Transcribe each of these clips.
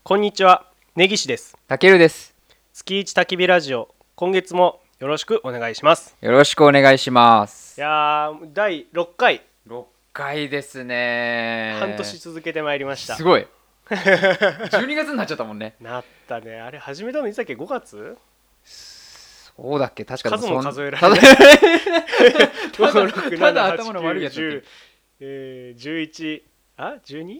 こんにちは、根岸です。 たけるです。 月一焚き火ラジオ、今月もよろしくお願いします。 よろしくお願いします。 いやー、第6回、 6回ですね。 半年続けてまいりました。 すごい。12月になっちゃったもんね。 なったね。あれ始めたのいつだっけ、5月？ そうだっけ、確かに数も数えられない。 ただ頭の悪いやつだっけ。11、12？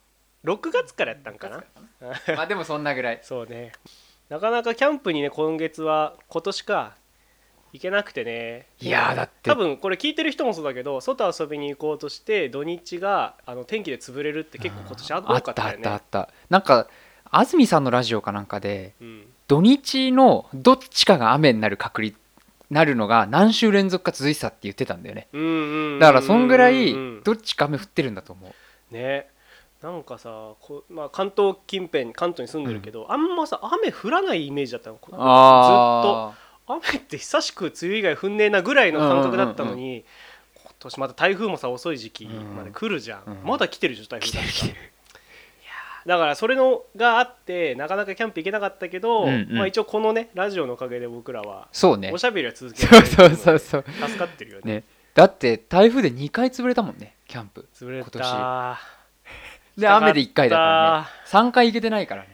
6月からやったんかな。 まあでもそんなぐらい。 そうね。なかなかキャンプにね、今年か行けなくてね。 いやだって多分これ聞いてる人もそうだけど、外遊びに行こうとして土日が天気で潰れるって結構今年多かったよね。 あったなんか安住さんのラジオかなんかで、 うん、 土日のどっちかが雨になる確率なるのが何週連続か続いてたって言ってたんだよね。だからそんぐらいどっちか雨降ってるんだと思うね。なんかさ関東近辺、関東に住んでるけど、あんまさ雨降らないイメージだったの。ずっと雨って久しく梅雨以外降んねえなぐらいの感覚だったのに、今年また台風もさ遅い時期まで来るじゃん、まだ来てるでしょ台風だってさ。だからそれのがあってなかなかキャンプ行けなかったけど、一応このねラジオのおかげで僕らはおしゃべりは続けてるので助かってるよね。 だって台風で2回潰れたもんね、キャンプ。 潰れた今年で雨で1回だからね、3回行けてないからね。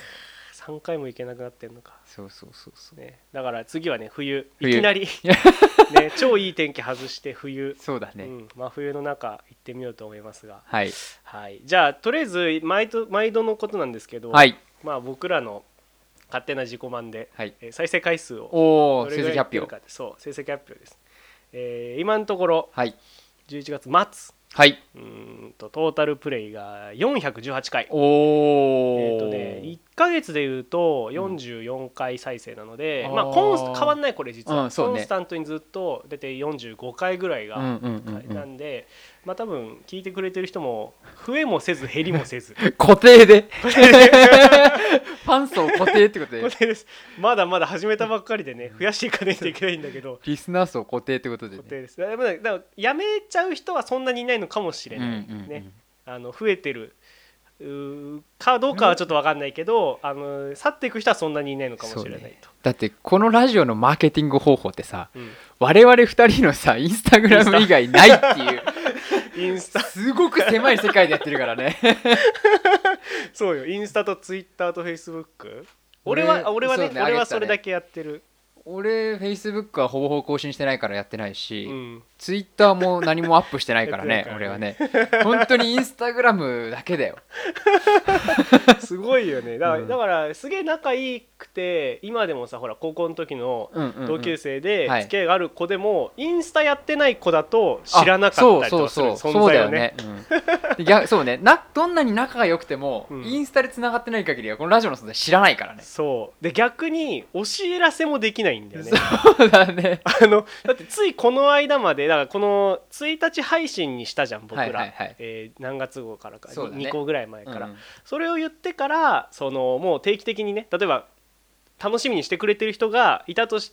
3回も行けなくなってんのか。 そう、 ね、だから次はね冬いきなりね、超いい天気外して冬。 そうだね、 真冬の中行ってみようと思いますが、 はい、 じゃあとりあえず毎度のことなんですけど、僕らの勝手な自己満で、再生回数を成績発表。 そう成績発表です。今のところ、11月末トータルプレイが418回。1ヶ月でいうと44回再生なので、変わんない。これ実はコンスタントにずっと出て45回ぐらいがなんで、多分聞いてくれてる人も増えもせず減りもせず固定でファン層固定ってことで固定です。まだまだ始めたばっかりでね、増やしていかないといけないんだけどリスナー層固定ってことで、 固定です。だからやめちゃう人はそんなにいないのかもしれないね。増えてるかどうかはちょっと分かんないけど、去っていく人はそんなにいないのかもしれないと。 だってこのラジオのマーケティング方法ってさ、我々2人のさインスタグラム以外ないっていうインスタすごく狭い世界でやってるからねそうよ、インスタとツイッターとフェイスブック。俺はそれだけやってる。 俺フェイスブックはほぼほぼ更新してないからやってないし、ツイッターも何もアップしてないからね俺はね。本当にインスタグラムだけだよすごいよね。だからすげえ仲いいくて、今でもさほら高校の時の同級生で付き合いがある子でも、インスタやってない子だと知らなかったりとかする存在をね。 そうね、どんなに仲が良くても、インスタでつながってない限りはこのラジオの存在知らないからね。 そうで、逆にお知らせもできないんだよね。 そうだねだってついこの間までだからこの1日配信にしたじゃん僕ら、何月号からか、2個ぐらい前から、それを言ってからもう定期的にね、例えば楽しみにしてくれてる人がいたとして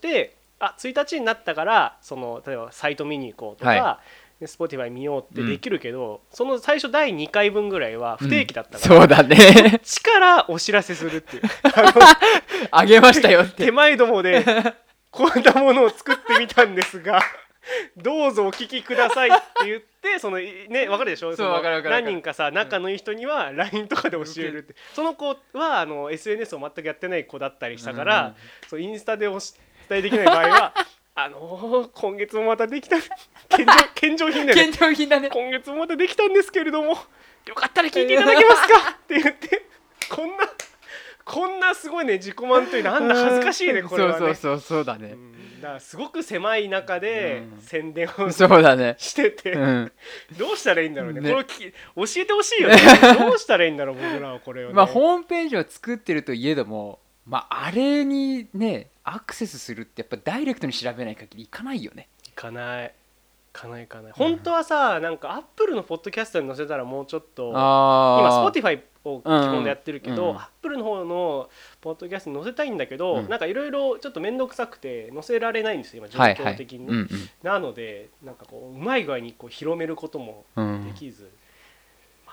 、1日になったから例えばサイト見に行こうとか、Spotify 見ようってできるけど、その最初第2回分ぐらいは不定期だったから、 そうだね、 こっちからお知らせするっていうあげましたよって手前どもでこんなものを作ってみたんですがどうぞお聞きくださいって言って、分かるでしょ。何人かさ仲のいい人には LINE とかで教えるって、その子はSNS を全くやってない子だったりしたから、インスタでお伝えできない場合は今月もまたできた献上品だね。今月もまたできたんですけれども、よかったら聞いていただけますかって言って、こんなすごいね自己満というのあんな恥ずかしいねこれはね。 そうだね。 だからすごく狭い中で宣伝をしてて、どうしたらいいんだろうね。これ教えてほしいよね。どうしたらいいんだろう僕らはこれをね。 ホームページを作ってるといえども、あれにねアクセスするってやっぱダイレクトに調べない限りいかないよね。 いかない。本当はさ、なんかアップルのポッドキャストに載せたらもうちょっと、今 Spotify を基本でやってるけど、アップルの方のポッドキャストに載せたいんだけど、なんかいろいろちょっと面倒くさくて載せられないんですよ今状況的にね。なのでなんかうまい具合に広めることもできず、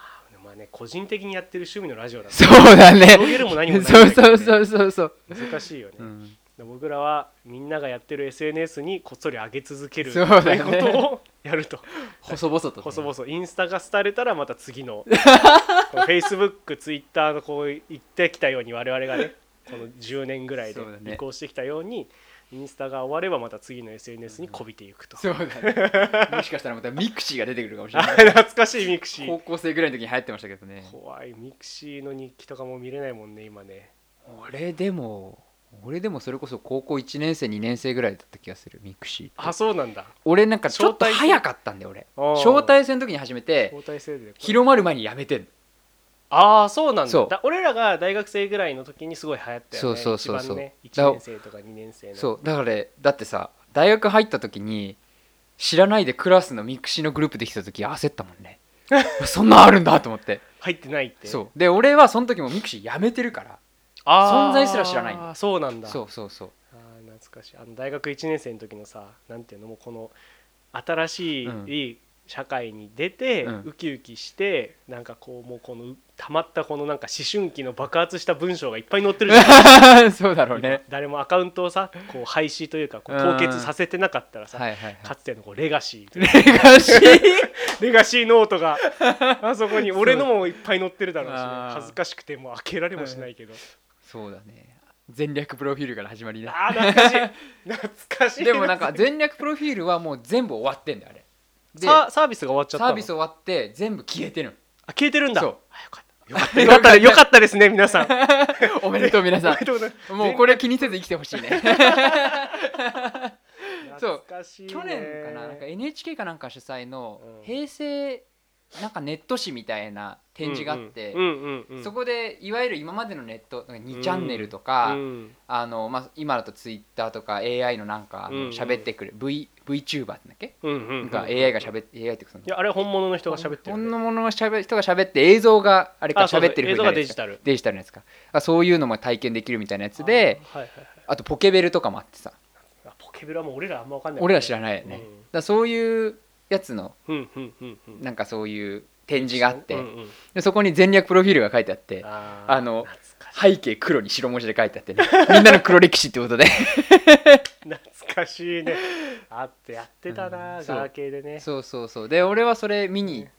まあね個人的にやってる趣味のラジオだそうだね広げるも何もないんだけど、ね、 そう難しいよね、 うん、 僕らはみんながやってる SNS にこっそり上げ続けるとそうだねいうことをやると細々と、ね、 細々インスタが廃れたらまた次のFacebook、Twitter のこう言ってきたように我々がねこの10年ぐらいで移行してきたようにインスタが終わればまた次の SNS にこびていくと、 そうだねもしかしたらまたミクシーが出てくるかもしれない懐かしいミクシー高校生ぐらいの時に流行ってましたけどね。 怖いミクシーの日記とかも見れないもんね今ね。 俺でもそれこそ高校1年生2年生ぐらいだった気がするミクシー。 あそうなんだ。 俺なんかちょっと早かったんだよ俺。招待制の時に始めて広まる前にやめてんの。 ああそうなんだ。俺らが大学生ぐらいの時にすごい流行ったよね。 そう一番ね1年生とか2年生の。 そうだってさ大学入った時に知らないでクラスのミクシーのグループできた時焦ったもんねそんなんあるんだと思って入ってないって。 そうで俺はその時もミクシーやめてるから存在すら知らないんだ。 そうなんだ。 そうあ懐かしい。大学1年生の時のさなんていうのもうこの新しい、社会に出て、ウキウキしてなんかこうもうこのたまったこのなんか思春期の爆発した文章がいっぱい載ってるじゃんそうだろうね。 誰もアカウントをさこう廃止というかこう凍結させてなかったらさ、かつてのこうレガシーレガシーノートがあそこに俺のもいっぱい載ってるだろうし、ね、恥ずかしくてもう開けられもしないけど、 そうだね全略プロフィールから始まりだ。 懐かしい懐かしい。 でもなんか全略プロフィールはもう全部終わってんだよあれでサービスが終わっちゃったの。 サービス終わって全部消えてるの。 あ消えてるんだ。 そうよかったですね皆さんおめでとう皆さんもうこれ気にせず生きてほしいねそう去年かな、なんか NHK かなんか主催の平成なんかネット誌みたいな展示があって、そこでいわゆる今までのネット2チャンネルとか、今だと Twitter とか AI のなんか喋ってくる VTuber ってだっけ、なんか AI が喋って AI っていやあれ本物の人が喋ってる、 本物の人が喋って映像があれか喋ってる映像がデジタルのやつか、そういうのも体験できるみたいなやつで、あとポケベルとかもあってさ。 ポケベルはもう俺らあんま分かんない、 俺ら知らないよね、だそういうやつのなんかそういう展示があって、でそこに全略プロフィールが書いてあって、背景黒に白文字で書いてあってねみんなの黒歴史ってことで懐かしいね。あってやってたな、ガラケーでね。 そうで俺はそれ見に行って、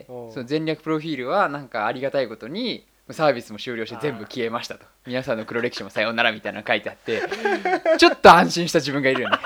その全略プロフィールはなんかありがたいことにサービスも終了して全部消えましたと、皆さんの黒歴史もさようならみたいなの書いてあってちょっと安心した自分がいるよね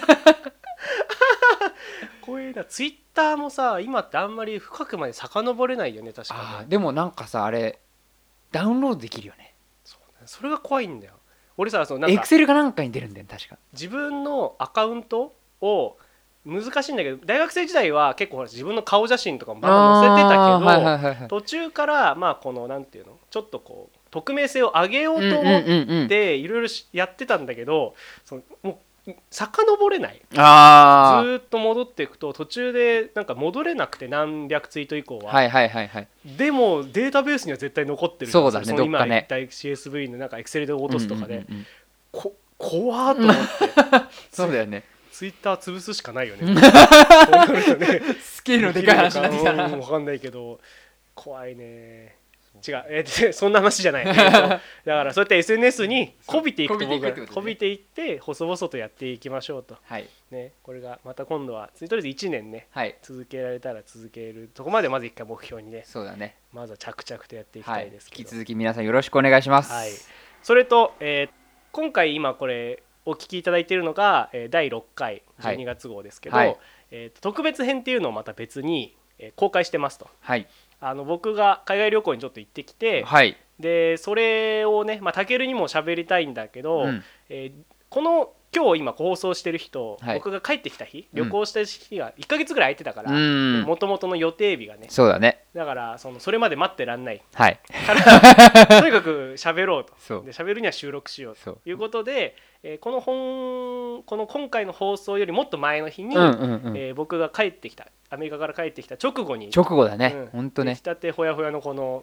怖いな。ツイッターもさ今ってあんまり深くまで遡れないよね確かに。 でもなんかさあれダウンロードできるよね。 それが怖いんだよ。俺さエクセルかなんかに出るんだよ確か。 自分のアカウントを難しいんだけど大学生時代は結構ほら自分の顔写真とかもバンバン載せてたけど、途中からまあこのなんていうのちょっとこう匿名性を上げようと思っていろいろやってたんだけど、もう遡れない。ずっと戻っていくと途中でなんか戻れなくて何百ツイート以降は、でもデータベースには絶対残ってる。 そうだね、どっかね。 今言った CSV のなんか Excel で落とすとかで、怖ーと思ってそうだよね。 ツイッター潰すしかないよねそうなるとねスケールのでかい話になってきたな。 分かんないけど怖いね。違う、そんな話じゃないだからそうやって SNS にこびていくと僕はこびていって細々とやっていきましょうと、ね、これがまた今度はとりあえず1年ね、続けられたら続けるとこまでまず1回目標にね、 そうだね、 まずは着々とやっていきたいですけど、 引き続き皆さんよろしくお願いします。 それと、今回今これお聞きいただいているのが第6回12月号ですけど、特別編っていうのをまた別に公開してますと。僕が海外旅行にちょっと行ってきて、でそれをねたけるにも喋りたいんだけど、この今日今放送してる日と、僕が帰ってきた日、旅行した日が1ヶ月ぐらい空いてたから、もともとの予定日がね、 そうだね、 だからそれまで待ってらんない、 からとにかく喋ろうと、で喋るには収録しようということで、この今回の放送よりもっと前の日に、僕が帰ってきたアメリカから帰ってきた直後だね、 本当ね、 出来たてほやほやのこの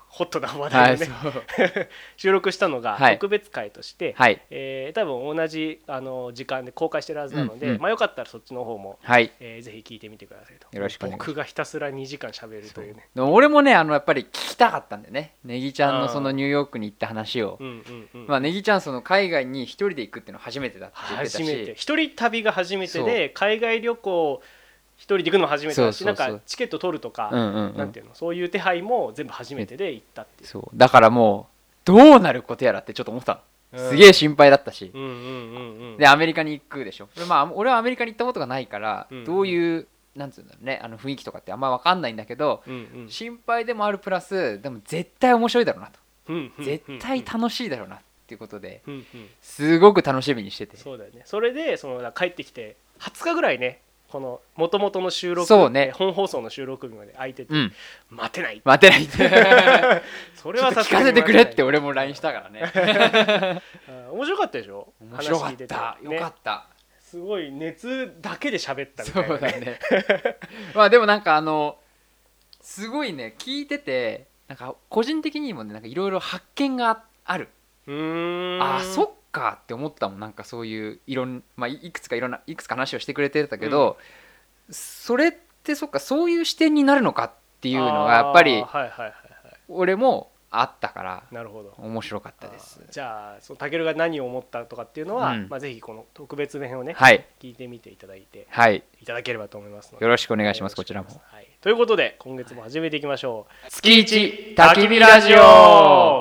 ホットな話題をね、 はい、 収録したのが特別会として、 はい、 多分同じ時間で公開してるはずなので、よかったらそっちの方も、 はい、 ぜひ聞いてみてくださいと。 よろしくお願いします。 僕がひたすら2時間喋るというね。 俺もねやっぱり聞きたかったんだよね、ネギちゃんのそのニューヨークに行った話を。ネギちゃんその海外に一人で行くっていうのは初めてだって言ってたし、 初めて一人旅が初めてで、海外旅行一人で行くのも初めてだし、なんかチケット取るとか、なんていうの、そういう手配も全部初めてで行ったっていう。 そうだからもうどうなることやらってちょっと思ったの、すげえ心配だったし、でアメリカに行くでしょ。俺はアメリカに行ったことがないから、どういうなんつうんだろうね、雰囲気とかってあんま分かんないんだけど、心配でもあるプラスでも絶対面白いだろうなと、絶対楽しいだろうなっていうことで、すごく楽しみにしてて。 そうだよね。それで帰ってきて20日ぐらいね、この元々の収録、 そうね、 本放送の収録日まで空いてて、待てないそれはさすがに聞かせてくれって俺も LINE したからね面白かったでしょ。 面白かった、よかった、 すごい熱だけで喋ったみたいな、 そうだねまあでもなんかすごいね聞いてて、なんか個人的にもね、なんかいろいろ発見がある。あ、そっかって思ったもん。なんかそういういくつか話をしてくれてたけど、それってそっか、そういう視点になるのかっていうのがやっぱり俺もあったから、なるほど、面白かったです。 じゃあそのタケルが何を思ったとかっていうのは、ぜひこの特別編をね、聞いてみていただいて、いただければと思いますので、 よろしくお願いします。こちらも。 ということで今月も始めていきましょう。 月一焚き火ラジオ。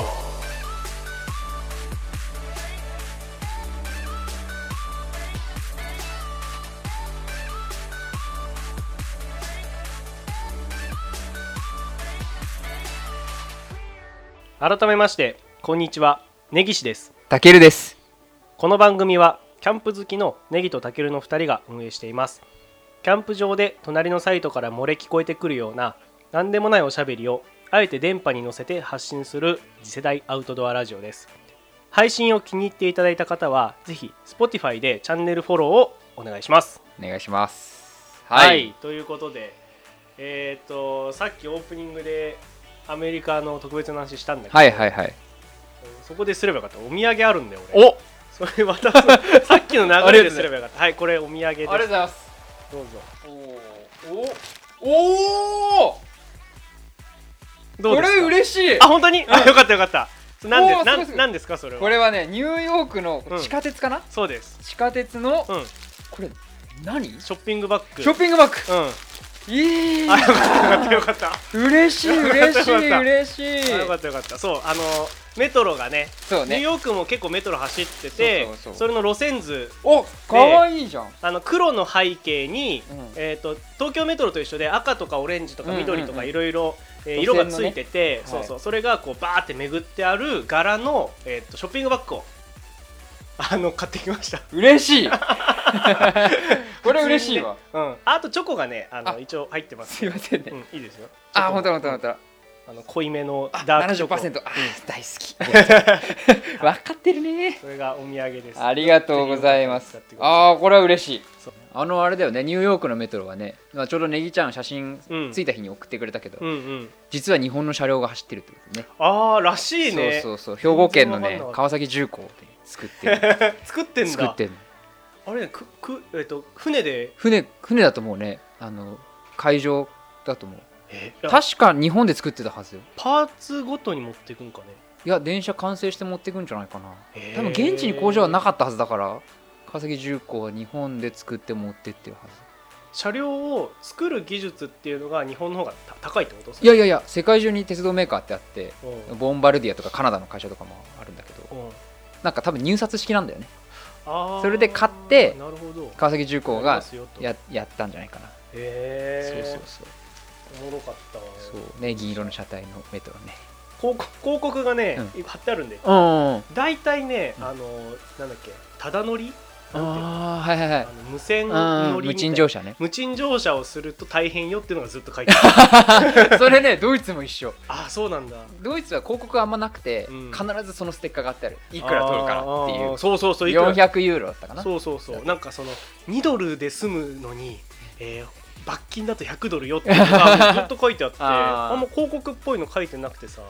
改めましてこんにちは、根岸です。 たけるです。 この番組はキャンプ好きのネギとたけるの2人が運営しています。キャンプ場で隣のサイトから漏れ聞こえてくるような何でもないおしゃべりをあえて電波に乗せて発信する次世代アウトドアラジオです。配信を気に入っていただいた方はぜひ Spotify でチャンネルフォローをお願いします。 お願いします。 はい、ということでさっきオープニングでアメリカの特別な話したんだけど、そこですればよかった。お土産あるんだよ俺。お、それ渡すさっきの流れですればよかったはい、これお土産です。ありがとうございます。 どうぞ。 おどうですか。これ嬉しい。 あ、本当に、よかったよかった。なんですかそれは。 これはね、ニューヨークの地下鉄かな、 そうです。 地下鉄の、これ何、 ショッピングバッグ。 ショッピングバッグ、 あ、よかったよかった。 嬉しい嬉しい嬉しい。 よかったよかった。そう、メトロがね、ニューヨークも結構メトロ走ってて、それの路線図。 お、かわいいじゃん。 黒の背景に東京メトロと一緒で赤とかオレンジとか緑とかいろいろ色がついてて、それがこうバーって巡ってある柄のショッピングバッグを買ってきました。 嬉しいこれ嬉しいわ。 あとチョコがね一応入ってます。 すいませんね。 いいですよ。 あ、ほんとほんとほんと。 濃いめのダークチョコ。 70%。大好き。分かってるね。 それがお土産です。 ありがとうございます。これは嬉しい。あれだよね、ニューヨークのメトロはね、ちょうどネギちゃん写真着いた日に送ってくれたけど、実は日本の車両が走ってるってことね。 ああ、らしいね。 そう兵庫県のね、川崎重工で作ってる。 作ってんだ。あれね、船だと思うね。海上だと思う。確か日本で作ってたはずよ。 パーツごとに持っていくんかね。 いや、電車完成して持っていくんじゃないかな。多分現地に工場はなかったはずだから、川崎重工は日本で作って持ってってるはず。 車両を作る技術っていうのが日本の方が高いってこと？ いや世界中に鉄道メーカーってあって、ボンバルディアとかカナダの会社とかもあるんだけど、なんか多分入札式なんだよね。それで買って川崎重工がやったんじゃないかな。そうおもろかったわ。 そうね、銀色の車体のメトロね。 広告がね、貼ってあるんで、だいたいね、なんだっけ、ただ乗り、無線乗り、 無賃乗車ね。 無賃乗車をすると大変よっていうのがずっと書いてある。それね、ドイツも一緒。 あ、そうなんだ。 ドイツは広告あんまなくて、必ずそのステッカーがあってある。いくら取るからっていう。 そう 400ユーロだったかな。 そうなんかその2ドルで済むのに、罰金だと100ドルよっていうのがずっと書いてあって、あんま広告っぽいの書いてなくてさ、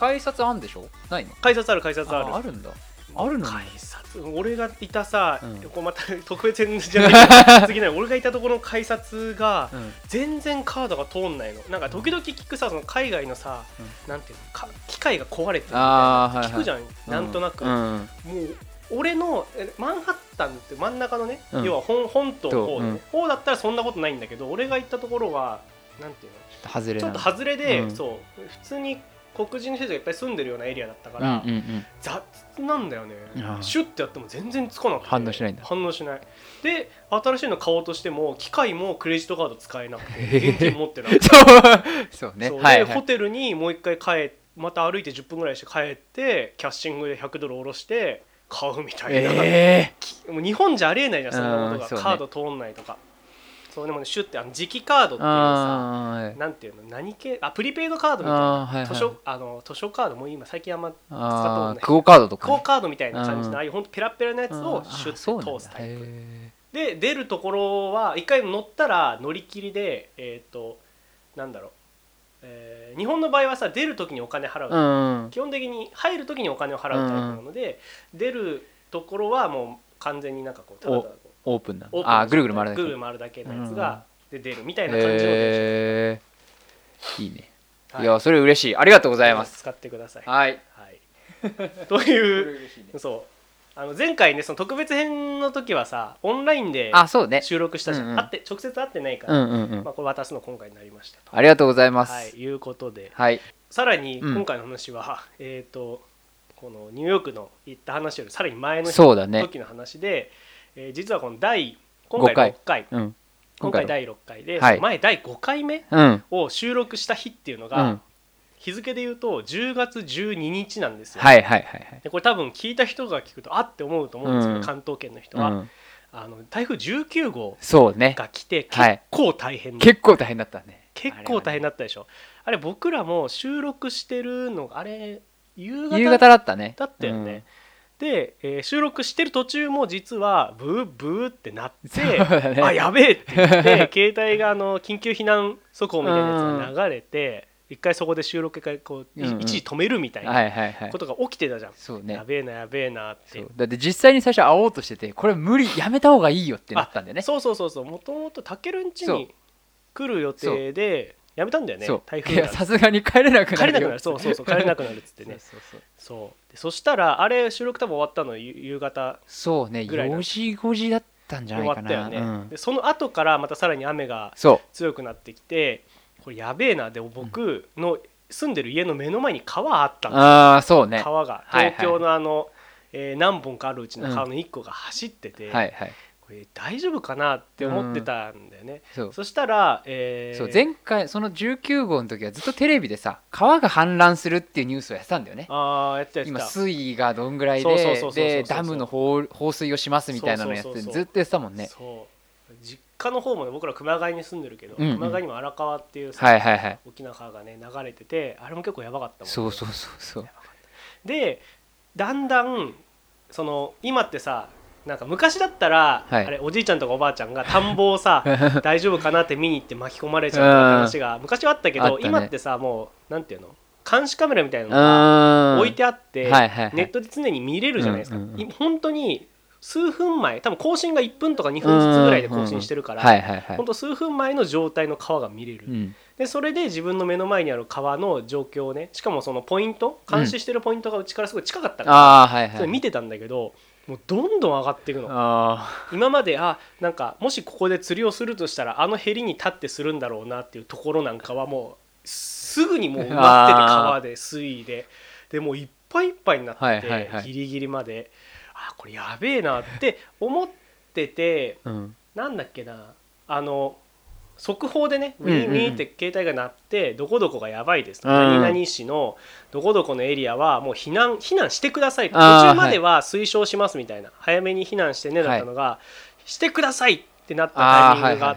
改札あんでしょ？ないの？ 改札ある改札ある。 あるんだ。あるの？ 改札俺がいたさ、こうまた特別編じゃない次ない俺がいたところの改札が全然カードが通んないの。なんか時々聞くさその海外のさ、なんていうの機械が壊れてるみたいな聞くじゃん、なんとなく、もう俺のマンハッタンって真ん中のね、要は本島の方でね、方だったらそんなことないんだけど、俺が行ったところはなんていうのちょっと外れで、そう普通に黒人の人がいっぱい住んでるようなエリアだったから、雑なんだよね。シュッてやっても全然つかなくて反応しないんだ。 反応しない。で新しいの買おうとしても機械もクレジットカード使えなくて現金持ってなくてそうね。 でホテルにもう一回また歩いて10分ぐらいして帰ってキャッシングで100ドル下ろして買うみたいな、もう日本じゃありえないじゃんそんなことが、カード通んないとか。そうでもね、シュッて磁気カードっていうさ、なんていうの、何系、プリペイドカードみたいな、図書カードも今最近あんま使ったことない。 クオカードとか、 クオカードみたいな感じのああいうほんとペラペラなやつをシュッて通すタイプで、出るところは一回乗ったら乗り切りでなんだろう、日本の場合はさ出る時にお金払う、基本的に入る時にお金を払うタイプなので、出るところはもう完全になんかこうただただオープンな、ぐるぐる回るだけのやつがで出るみたいな感じの電車、いいね。いやそれ嬉しい、ありがとうございます。 使ってください。 はい、 というそう前回ねその特別編の時はさオンラインで収録したじゃん、直接会ってないから、これ渡すの今回になりましたと。 ありがとうございます。 はい、いうことで、さらに今回の話はこのニューヨークの行った話よりさらに前の時の話で、実はこの今回6回、今回第6回で、前第5回目を収録した日っていうのが、日付で言うと10月12日なんですよ。でこれ多分聞いた人が聞くとあって思うと思うんですけど、関東圏の人は、台風19号が来て結構大変だったね。結構大変だったでしょ。あれ僕らも収録してるのがあれ夕方だったね。 だったよね。で、収録してる途中も実はブーブーってなって、あやべえって言って携帯が緊急避難速報みたいなやつが流れて、一回そこで収録一回こう一時止めるみたいなことが起きてたじゃん。やべえなやべえなって。 だって実際に最初会おうとしてて、これ無理、やめた方がいいよってなったんだよね。 そうもともとたけるん家に来る予定でやめたんだよね。台風がさすがに帰れなくなる。 そう帰れなくなるっつってね。そしたらあれ収録多分終わったの夕方ぐらい、 4時5時だったんじゃないかな。 終わったよね。でその後からまたさらに雨が強くなってきて、これやべえな。でも僕の住んでる家の目の前に川あったんですよ。川が東京の何本かあるうちの川の1個が走ってて、これ大丈夫かなって思ってたんだよね。そしたら前回その19号の時はずっとテレビでさ川が氾濫するっていうニュースをやってたんだよね。今水位がどんぐらいでダムの放水をしますみたいなのやってずっとやってたもんね。 実家の方もね、僕ら熊谷に住んでるけど、熊谷にも荒川っていう大きな川がね流れてて、あれも結構やばかったもんね。そうでだんだんその今ってさ、なんか昔だったら、あれおじいちゃんとかおばあちゃんが田んぼをさ大丈夫かなって見に行って巻き込まれちゃうって話が昔はあったけど、今ってさもうなんていうの、監視カメラみたいなのが置いてあってネットで常に見れるじゃないですか。本当に数分前、多分更新が1分とか2分ずつぐらいで更新してるから、本当数分前の状態の川が見れる。でそれで自分の目の前にある川の状況をね、しかもそのポイント、監視してるポイントがうちからすごい近かったからそれ見てたんだけど、もうどんどん上がっていくの。今までなんかもしここで釣りをするとしたらあのヘリに立ってするんだろうなっていうところなんかはもうすぐにもう埋まってて、川で水位でもういっぱいいっぱいになってて、ギリギリまでこれやべえなって思ってて、なんだっけな、速報でね、ウィーンって携帯が鳴って、どこどこがやばいですと、何々市のどこどこのエリアはもう避難してくださいと、途中までは推奨しますみたいな、早めに避難してねだったのが、してくださいってなったタイミングがあって、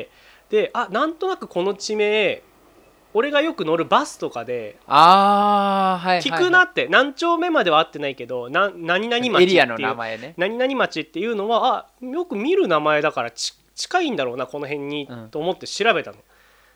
でなんとなくこの地名俺がよく乗るバスとかで聞くなって、何丁目までは会ってないけど何々町っていうエリアの名前ね、何々町っていうのはよく見る名前だから近いんだろうなこの辺に、と思って調べたの。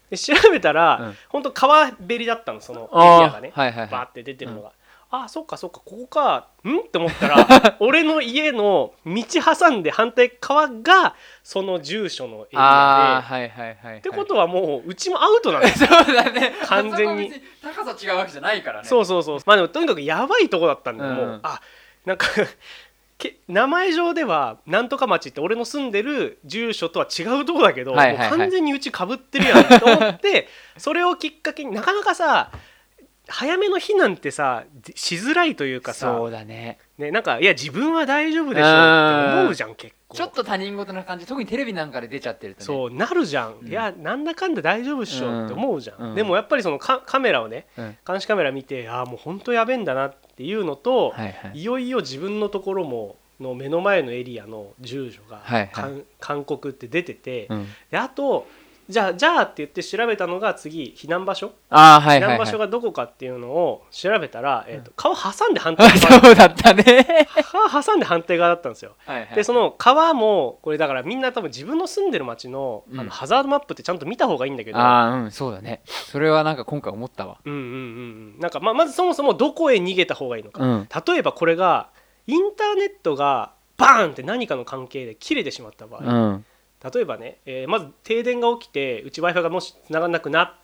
で調べたら、ほんと川べりだったの、そのエリアがね、バーって出てるのが、あ、そっかそっか、ここかって思ったら俺の家の道挟んで反対側がその住所のエリアで、ってことはもううちもアウトなんですよそうだね、 完全に。 高さ違うわけじゃないからね。 そうそうそう、まあでもとにかくやばいとこだったんだよ、もうなんか名前上ではなんとか町って俺の住んでる住所とは違うとこだけど、もう完全にうちかぶってるやんと思ってそれをきっかけになかなかさ早めの避難ってさしづらいというかさ、 そうだね、 なんかいや自分は大丈夫でしょって思うじゃん、結構ちょっと他人事な感じ、特にテレビなんかで出ちゃってるとね、 そうなるじゃん、いやなんだかんだ大丈夫っしょって思うじゃん、でもやっぱりそのカメラをね、監視カメラ見て、ああもう本当やべえんだなっていうのと、いよいよ自分のところもの目の前のエリアの住所が勧告って出てて、であとじゃあって言って調べたのが次避難場所、避難場所がどこかっていうのを調べたら、川挟んで反対側そうだったね川挟んで反対側だったんですよ。でその川もこれだからみんな多分自分の住んでる町のハザードマップってちゃんと見た方がいいんだけど、 そうだね、それはなんか今回思ったわ。 なんかまずそもそもどこへ逃げた方がいいのか、例えばこれがインターネットがバーンって何かの関係で切れてしまった場合、例えばね、まず停電が起きてうち Wi-Fi がもし繋がんなくなった、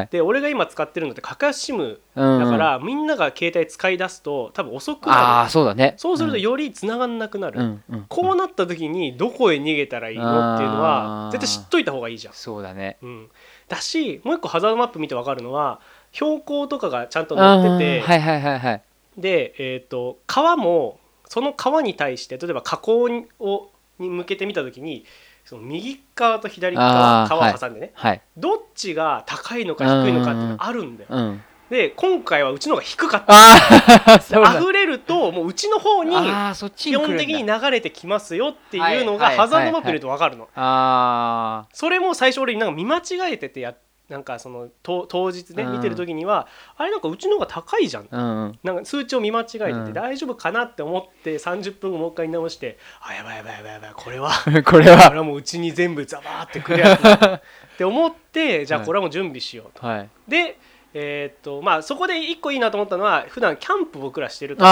で俺が今使ってるのって格安 SIM だから、みんなが携帯使い出すと多分遅くなる。 そうだね、 そうするとより繋がんなくなる、こうなった時にどこへ逃げたらいいのっていうのは絶対知っといた方がいいじゃん。 そうだね、 だしもう一個ハザードマップ見て分かるのは標高とかがちゃんと載ってて、で、川もその川に対して例えば河口に向けてみた時にその右側と左側川を挟んでね、どっちが高いのか低いのかっていうのがあるんだよ、で今回はうちの方が低かった。溢れるともううちの方に基本的に流れてきますよっていうのがハザードマップ見ると分かるの。それも最初俺なんか見間違えててなんかその当日ね見てる時にはあれなんかうちの方が高いじゃん、なんか数値を見間違えてて大丈夫かなって思って30分後もう一回見直して、やばいこれはもううちに全部ザバーってくるやつって思って、じゃあこれはもう準備しようと。でまあそこで一個いいなと思ったのは普段キャンプ僕らしてるから、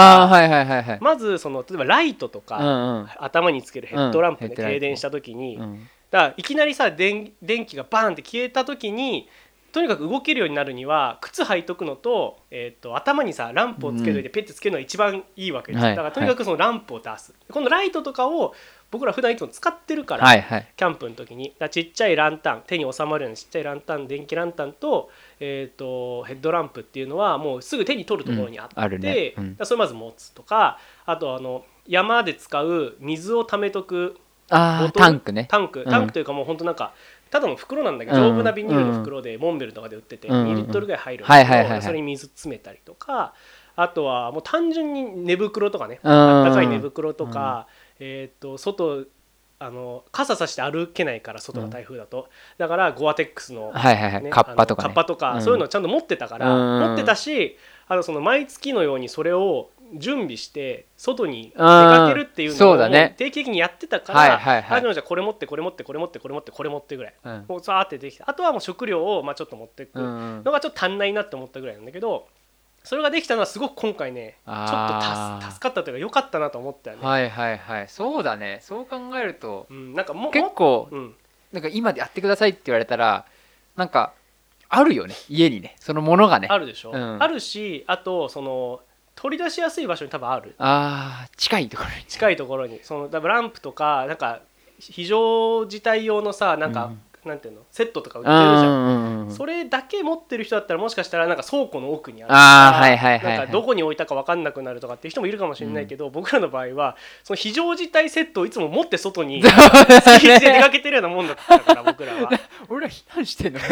まずその例えばライトとか頭につけるヘッドランプで停電した時に、だからいきなりさ電気がバーンって消えた時にとにかく動けるようになるには靴履いとくのと、頭にさランプをつけといてペッてつけるのが一番いいわけです、だからとにかくそのランプを出す、このライトとかを僕ら普段いつも使ってるから、キャンプの時にちっちゃいランタン、手に収まるようなちっちゃいランタン、電気ランタンと、ヘッドランプっていうのはもうすぐ手に取るところにあって、それまず持つとか、あと山で使う水を溜めとくタンクね、 タンクというかもうほんとなんかただの袋なんだけど、丈夫なビニールの袋でモンベルとかで売ってて2リットルぐらい入るんだけど、それに水詰めたりとか、あとはもう単純に寝袋とかね、あったかい寝袋とか、外傘さして歩けないから外の台風だと、だからゴアテックスのカッパとかそういうのをちゃんと持ってたから持ってたし、その毎月のようにそれを準備して外に出かけるっていうのを定期的にやってたから、じゃあこれ持ってこれ持ってこれ持ってこれ持ってこれ持ってぐらいもうザーってできて、あとはもう食料をちょっと持っていくのがちょっと足んないなって思ったぐらいなんだけど、それができたのはすごく今回ねちょっと助かったというか良かったなと思ったよね。 そうだね、そう考えるとなんか結構なんか今でやってくださいって言われたらなんかあるよね、家にね、そのものがねあるでしょ、あるし、あとその取り出しやすい場所に多分ある、 近いところにその多分ランプとかなんか非常事態用のさなんか、なんていうのセットとか売ってるじゃん、それだけ持ってる人だったらもしかしたらなんか倉庫の奥にあるとか、なんかどこに置いたか分かんなくなるとかっていう人もいるかもしれないけど、僕らの場合はその非常事態セットをいつも持って外に築地で出かけてるようなもんだったから僕らは俺ら避難してんの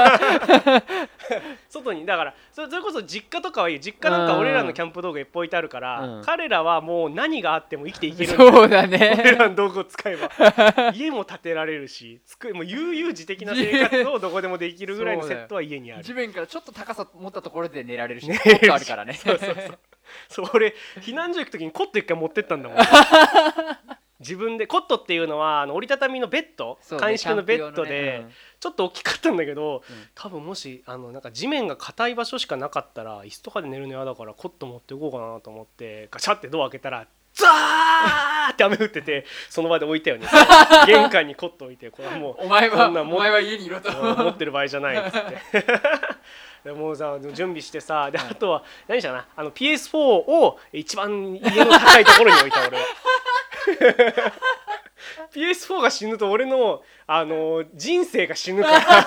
外にだからそれこそ実家とかはいい、実家なんか俺らのキャンプ道具いっぱい置いてあるから、彼らはもう何があっても生きていけるんだよ。 そうだね、 俺らの道具を使えば家も建てられるし、もう悠々自適な生活をどこでもできるぐらいのセットは家にある。 地面からちょっと高さ持ったところで寝られるし、あるからね。 そう俺避難所行く時にコット一回持ってったんだもん自分でコットっていうのは折りたたみのベッド、簡易式のベッドでちょっと大きかったんだけど、多分もしなんか地面が硬い場所しかなかったら椅子とかで寝るの嫌だからコット持っていこうかなと思ってガチャってドア開けたらザーって雨降っててその場で置いたよね玄関にコット置いて、これはもうお前は家にいろと持ってる場合じゃないっつってでもうさ準備してさ、であとは何したな、PS4 を一番家の高いところに置いた俺はPS4 が死ぬと俺の、人生が死ぬから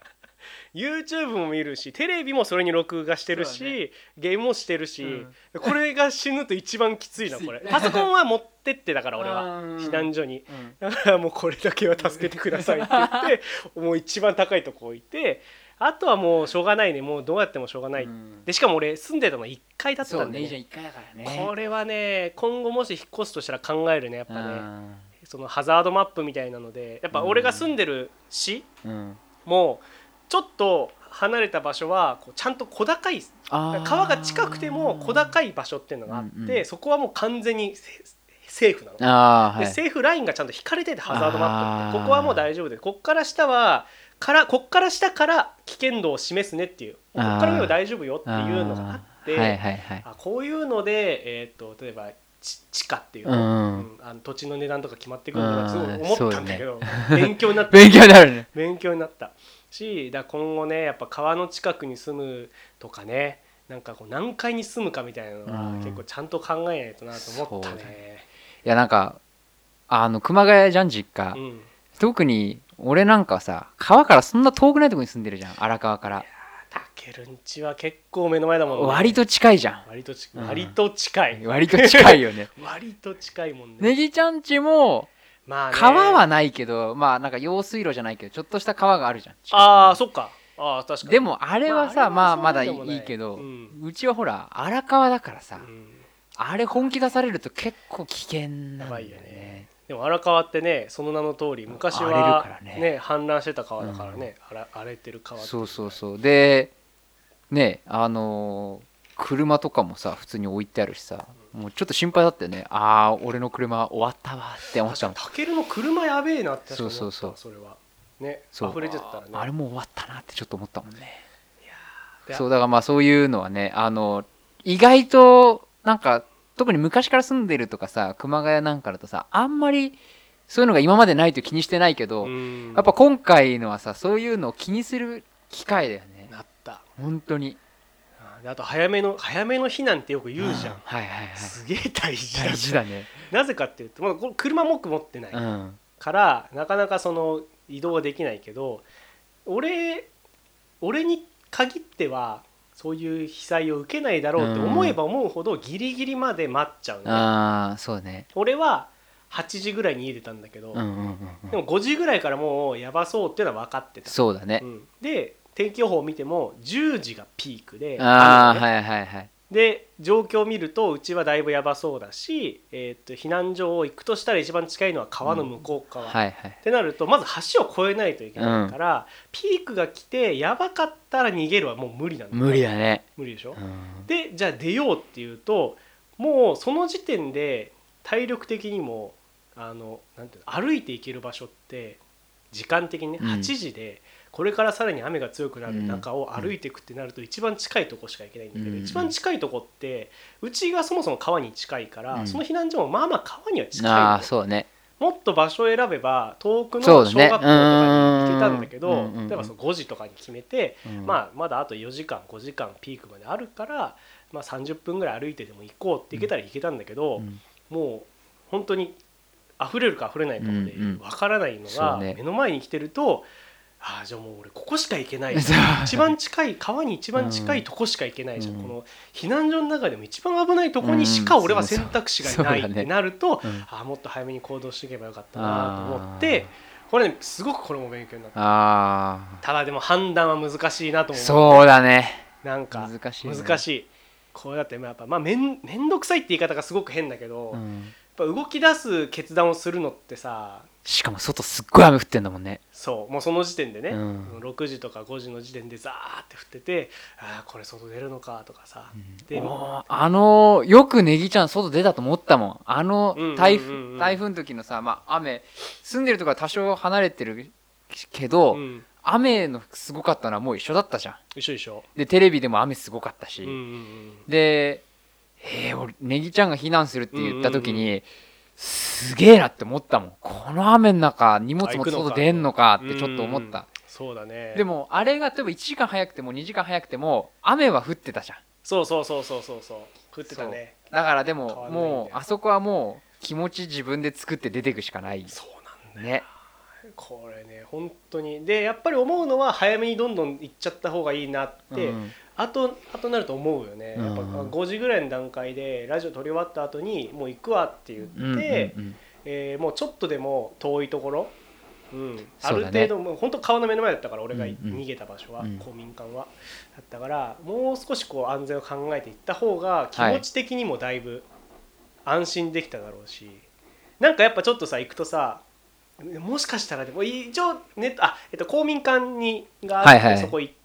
YouTube も見るしテレビもそれに録画してるし、ね、ゲームもしてるし、これが死ぬと一番きついなこれパソコンは持ってってだから俺は避難所に、だからもうこれだけは助けてくださいって言ってもう一番高いとこ置いて、あとはもうしょうがないね、もうどうやってもしょうがない、でしかも俺住んでたの1階だったんで、ね、 そうね、1階だからね。 これはね今後もし引っ越すとしたら考えるねやっぱね、そのハザードマップみたいなのでやっぱ俺が住んでる市、もうちょっと離れた場所はこうちゃんと小高い川が近くても小高い場所っていうのがあって、そこはもう完全にセーフなの、でセーフラインがちゃんと引かれててハザードマップってここはもう大丈夫で、こっから下から危険度を示すねっていう、こっから上は大丈夫よっていうのがあって、こういうので、例えば地価っていうの、土地の値段とか決まってくるのかすごい思ったんだけど、勉強になった勉強になるね。 勉強になったし、今後ねやっぱ川の近くに住むとかね、なんかこう何階に住むかみたいなのは結構ちゃんと考えないとなと思ったね。 いやなんか熊谷じゃん実家、特に俺なんかさ川からそんな遠くないところに住んでるじゃん、荒川から。 たけるんちは結構目の前だもんね。 割と近いじゃん。 割と近い割と近いよね割と近いもんね。 ネギちゃんちもまあね、川はないけど、まあなんか用水路じゃないけどちょっとした川があるじゃん。 そっか。確かに。 でもあれはさ、まだいいけど、うちはほら荒川だからさ、あれ本気出されると結構危険なんだよね。 でも荒川ってね、その名の通り昔はね氾濫してた川だからね、荒れてる川。 そうでね、車とかもさ普通に置いてあるしさ、もうちょっと心配だったよね。俺の車終わったわって思ったの。 タケルの車やべえなって思った。 それはね、溢れちゃったらね、 あれもう終わったなってちょっと思ったもんね。そうだからまあそういうのはね、意外となんか特に昔から住んでるとかさ、熊谷なんかだとさ、あんまりそういうのが今までないと気にしてないけど、やっぱ今回のはさ、そういうのを気にする機会だよね。 なった本当に。 あと早めの避難ってよく言うじゃん。すげえ大事だね。なぜかっていうと、これ車も持ってない、からなかなかその移動はできないけど、俺に限ってはそういう被災を受けないだろうって思えば思うほどギリギリまで待っちゃうね。 そうね。 俺は8時ぐらいに家出たんだけど、でも5時ぐらいからもうやばそうっていうのは分かってた。 そうだね。 で天気予報を見ても10時がピークで、で状況を見るとうちはだいぶやばそうだし、避難所を行くとしたら一番近いのは川の向こう側、ってなるとまず橋を越えないといけないから、ピークが来てやばかったら逃げるはもう無理なんだ。 無理だね。 無理でしょ、でじゃあ出ようっていうともうその時点で体力的にもなんていうの、歩いて行ける場所って時間的にね8時で、これからさらに雨が強くなる中を歩いていくってなると一番近いとこしか行けないんだけど、一番近いとこってうちがそもそも川に近いから、その避難所もまあまあ川には近いの。 そうね。 もっと場所を選べば遠くの小学校とかに行けたんだけど、例えばその5時とかに決めて、まだあと4時間5時間ピークまであるから、30分ぐらい歩いてでも行こうって行けたら行けたんだけど、もう本当に溢れるか溢れないかまで分からないのが目の前に来てると、じゃあもう俺ここしか行けない一番近い川に一番近いとこしか行けないじゃん、この避難所の中でも一番危ないとこにしか俺は選択肢がないってなると、もっと早めに行動していけばよかったなと思って、これねすごくこれも勉強になった。ただでも判断は難しいなと思う。 そうだね。 なんか難しいこれだってやっぱめんどくさいって言い方がすごく変だけど、 ぱ動き出す決断をするのってさ、 しかも外すっごい雨降ってんだもんね。 そうもうその時点でね、 うん、 6時とか5時の時点でザーって降ってて、ああこれ外出るのかとかさ、でよくネギちゃん外出たと思ったもん。台風の時のさ、まあ、雨住んでるとこは多少離れてるけど、雨のすごかったのはもう一緒だったじゃん。 一緒でテレビでも雨すごかったし、で俺ネギちゃんが避難するって言った時に、すげえなって思ったもん。この雨の中荷物も外出んのかってちょっと思った。 そうだね。 でもあれが例えば1時間早くても2時間早くても雨は降ってたじゃん。 そう降ってたね。 だからでももうあそこはもう気持ち自分で作って出ていくしかない。 そうなんだよね。 これね本当にでやっぱり思うのは早めにどんどん行っちゃった方がいいなって、あとなると思うよね。やっぱ5時ぐらいの段階でラジオ撮り終わった後にもう行くわって言って、もうちょっとでも遠いところ、ある程度もう本当川の目の前だったから俺が逃げた場所は、公民館はだったからもう少しこう安全を考えていった方が気持ち的にもだいぶ安心できただろうし、なんかやっぱちょっとさ行くとさもしかしたらでも一応公民館があってそこ行って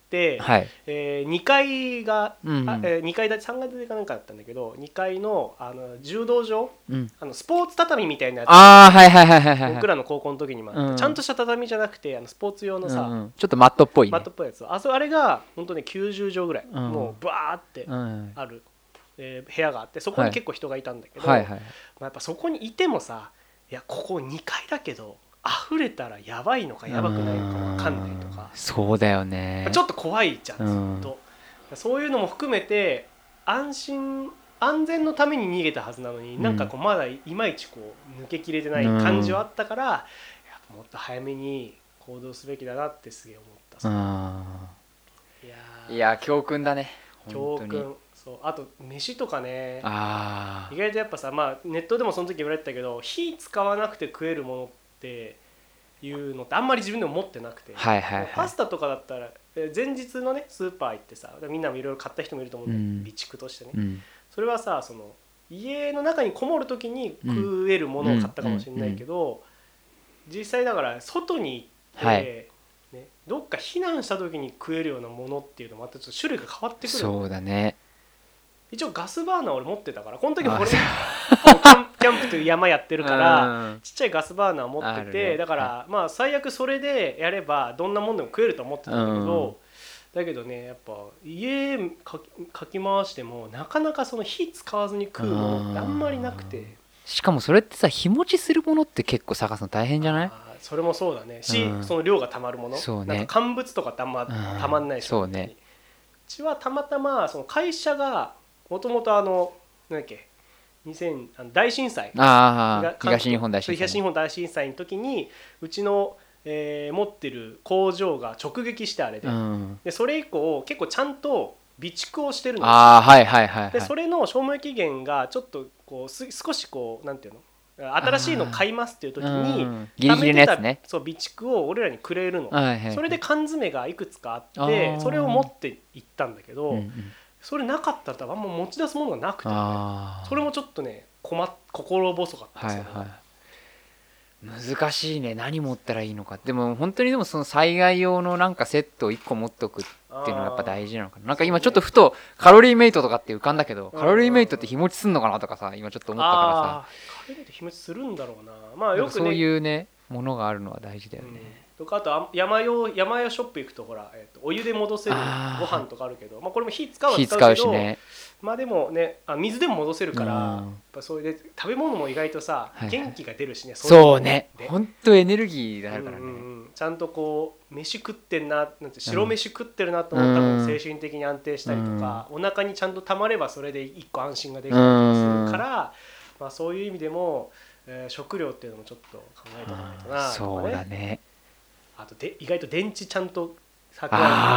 、2階が2階建て3階建てかなんかだったんだけど、2階の柔道場、スポーツ畳みたいなやつ、僕らの高校の時にもちゃんとした畳じゃなくてスポーツ用のさ、 ちょっとマットっぽいやつ、あれが本当に90畳ぐらいもうバーってある部屋があって、そこに結構人がいたんだけど、やっぱそこにいてもさ、いやここ2階だけど溢れたらやばいのかやばくないのか分かんないとか、 そうだよね、 ちょっと怖いじゃんずっと、そういうのも含めて安全のために逃げたはずなのに、なんかこうまだいまいちこう抜けきれてない感じはあったから、やっぱもっと早めに行動すべきだなってすげえ思ったさ。 いや教訓だね。 教訓。そうあと飯とかね、意外とやっぱさ、まあネットでもその時言われてたけど、火使わなくて食えるものっていうのってあんまり自分でも持ってなくて、パスタとかだったら前日のねスーパー行ってさ、みんなもいろいろ買った人もいると思うんだけど、備蓄としてね、それはさその家の中にこもる時に食えるものを買ったかもしれないけど、実際だから外に行って、どっか避難した時に食えるようなものっていうのもまたちょっと種類が変わってくる。 そうだね。 一応ガスバーナー俺持ってたから、この時もこれキャンプという山やってるからちっちゃいガスバーナー持ってて、だからまあ最悪それでやればどんなもんでも食えると思ってたんだけど、だけどねやっぱ家かき回してもなかなかその火使わずに食うものってあんまりなくて、 しかもそれってさ日持ちするものって結構探すの大変じゃない？ それもそうだねし、その量がたまるもの、なんか乾物とかたまんないし、うちはたまたまその会社がもともとなんだっけ大震災、 東日本大震災の時にうちの、持ってる工場が直撃してあれで、それ以降結構ちゃんと備蓄をしてるんですよ。でそれの消耗期限がちょっそ少しこうなんていうの、新しいの買いますっていう時に貯めてた備蓄を俺らにくれるの、それで缶詰がいくつかあって、それを持って行ったんだけど、それなかったらあんま持ち出すものがなくて、それもちょっとね心細かったですよね。 難しいね、何持ったらいいのか。でも本当にその災害用のなんかセットを1個持っとくっていうのがやっぱ大事なのかな。なんか今ちょっとふとカロリーメイトとかって浮かんだけど、カロリーメイトって日持ちすんのかなとかさ今ちょっと思ったからさ。 カロリーメイト日持ちするんだろうな。まあよくねそういうねものがあるのは大事だよね。 とかあと山用ショップ行くとほら、お湯で戻せるご飯とかあるけど、これも火使うけど、まあでもね水でも戻せるから、やっぱそれで食べ物も意外とさ、元気が出るしね。 そうね、本当エネルギーがあるからね。 ちゃんとこう飯食ってんな、なんて白飯食ってるなと思ったら精神的に安定したりとか、お腹にちゃんとたまればそれで一個安心ができたりとかするから、まあそういう意味でも食料っていうのもちょっと考えておかないとな。 そうだね。 あと意外と電池ちゃんと意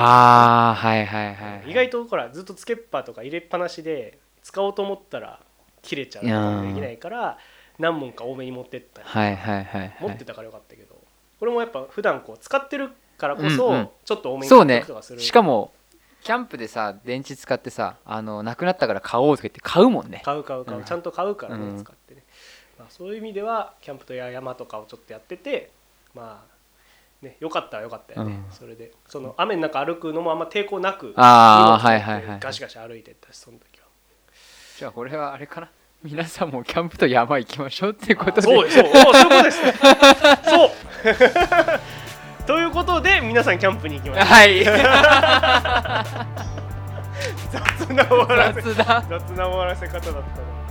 外とほらずっとつけっぱとか入れっぱなしで使おうと思ったら切れちゃうとかできないから、何本か多めに持ってったり持ってたからよかったけど、これもやっぱ普段こう使ってるからこそちょっと多めに買ったりとかする。 しかもキャンプでさ電池使ってさなくなったから買おうとか言って買うもんね。 買うちゃんと買うからね、使ってね。 そういう意味ではキャンプと山とかをちょっとやってて、まあね、よかったはよかったよね、それでその雨の中歩くのもあんま抵抗なくガシガシ歩いてったし、その時は。 じゃあこれはあれかな、皆さんもキャンプと山行きましょうっていうことで。 そういうことですそうということで皆さんキャンプに行きましょう。 はい雑な終わらせ方だったな。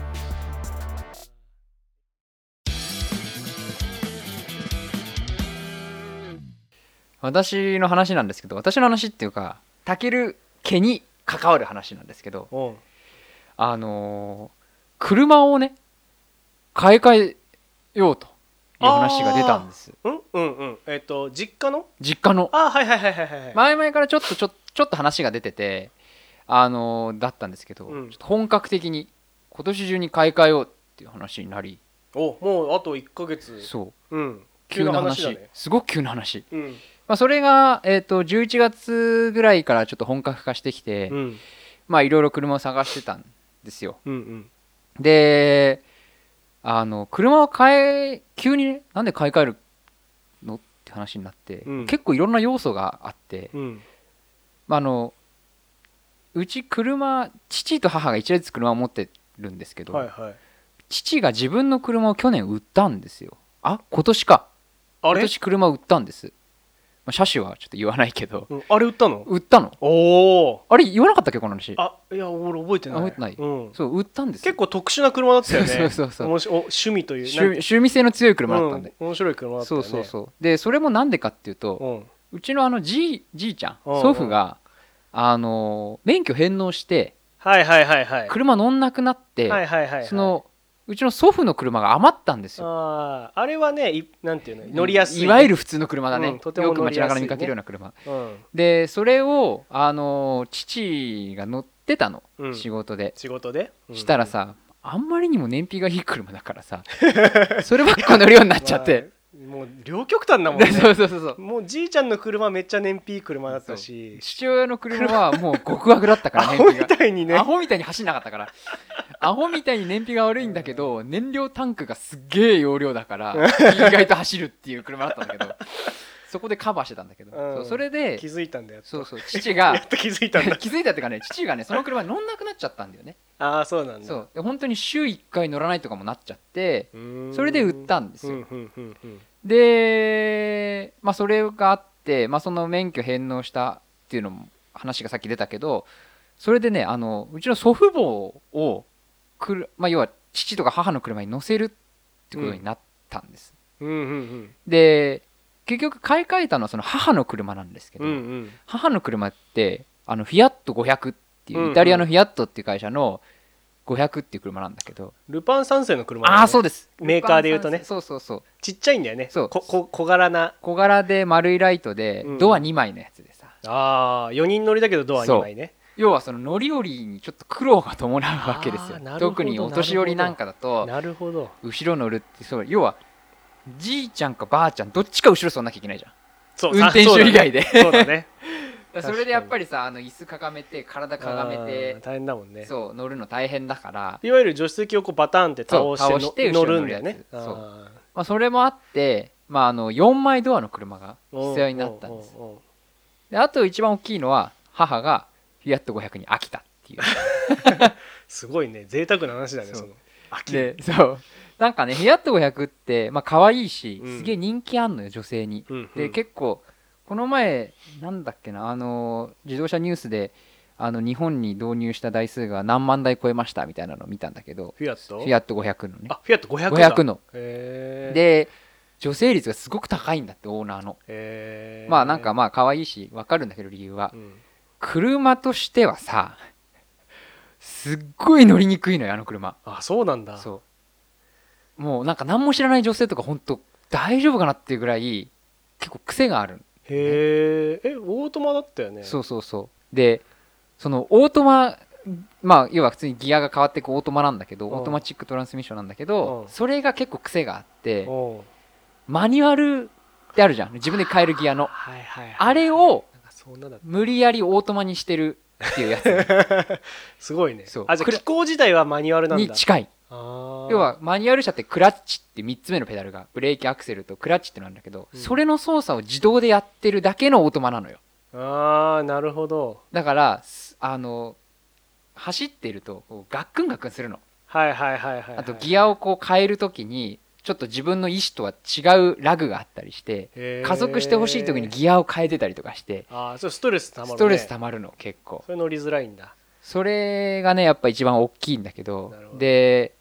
私の話なんですけど、私の話っていうかタケル家に関わる話なんですけど、車をね買い替えようという話が出たんです。 実家の前々からちょっと話が出ててだったんですけど、ちょっと本格的に今年中に買い替えようっていう話になり、 もうあと1ヶ月。 そう、 急な話だね。 すごく急な話。それが11月ぐらいからちょっと本格化してきて、まあいろいろ車を探してたんですよ。で車を急にね、なんで買い替えるのって話になって、結構いろんな要素があって、うち父と母が一台ずつ車を持ってるんですけど、父が自分の車を去年売ったんですよ。今年か。今年車を売ったんです。車種はちょっと言わないけど、 あれ売ったの？ あれ言わなかったっけこの話。 いや俺覚えてない。 そう売ったんです。 結構特殊な車だったよね。 そう趣味という趣味性の強い車だったんで、 面白い車だったよね。 でそれもなんでかっていうと、うちのじいちゃん祖父が免許返納して車乗んなくなって、うちの祖父の車が余ったんですよ。 あれはね、なんていうの、乗りやすい、 いわゆる普通の車だね。よく街中で見かけるような車。でそれを父が乗ってたの、仕事で。したらさ、あんまりにも燃費がいい車だからさそればっか乗るようになっちゃって、 もう両極端なもんね。 そうもうじいちゃんの車めっちゃ燃費いい車だったし、 父親の車はもう極悪だったから、 燃費がアホみたいにね、 アホみたいに走んなかったから、アホみたいに燃費が悪いんだけど燃料タンクがすっげえ容量だから意外と走るっていう車だったんだけどそこでカバーしてたんだけど、それで気づいたんだよ。 父がやっと気づいたんだ気づいたっていうかね、父がねその車に乗んなくなっちゃったんだよね。 そうなんだ。 そう本当に週1回乗らないとかもなっちゃって、それで売ったんですよ。でそれがあって、その免許返納したっていうのも話がさっき出たけど、それでねうちの祖父母を要は父とか母の車に乗せるってことになったんです。で結局買い替えたのはその母の車なんですけど、母の車ってフィアット500っていうイタリアのフィアットっていう会社の500っていう車なんだけど、 ルパン三世の車、 そうです。 メーカーでいうとね、ちっちゃいんだよね。小柄で丸いライトで、ドア2枚のやつでさ、 4人乗りだけどドア2枚ね。 要はその乗り降りにちょっと苦労が伴うわけですよ。特にお年寄りなんかだと後ろ乗るって、要はじいちゃんかばあちゃんどっちか後ろ座んなきゃいけないじゃん、運転手以外で。 そうだねそれでやっぱりさ椅子かがめて体かがめて大変だもんね。 乗るの大変だから、 いわゆる助手席をバタンって倒して乗るんだよね。 それもあって4枚ドアの車が必要になったんです。であと一番大きいのは母がフィアット500に飽きたっていうすごいね、贅沢な話だね。 でなんかねフィアット500って可愛いしすげえ人気あんのよ、女性に。で結構この前なんだっけな、自動車ニュースで日本に導入した台数が何万台超えましたみたいなのを見たんだけど、 フィアット500のね、 フィアット500 ので女性率がすごく高いんだって、オーナーの。なんか可愛いし分かるんだけど、理由は、車としてはさすっごい乗りにくいのよ、あの車。 そうなんだ。 もうなんか何も知らない女性とか本当大丈夫かなっていうぐらい結構癖がある。 オートマだったよね。 でそのオートマ、要は普通にギアが変わっていくオートマなんだけど、オートマチックトランスミッションなんだけど、それが結構癖があって、マニュアルってあるじゃん、自分で変えるギアの、あれを無理やりオートマにしてるっていうやつすごいね。じゃあ機構自体はマニュアルなんだ。 に近い。 要はマニュアル車ってクラッチって3つ目のペダルがブレーキアクセルとクラッチってなんだけど、それの操作を自動でやってるだけのオートマなのよ。 あーなるほど。 だから走ってるとこうガックンガックンするの。 はいはいはいはい。 あとギアをこう変えるときにちょっと自分の意思とは違うラグがあったりして加速してほしい時にギアを変えてたりとかして、 ああそれストレスたまるね。 ストレスたまるの結構。 それ乗りづらいんだ。 それがねやっぱ一番大きいんだけど、で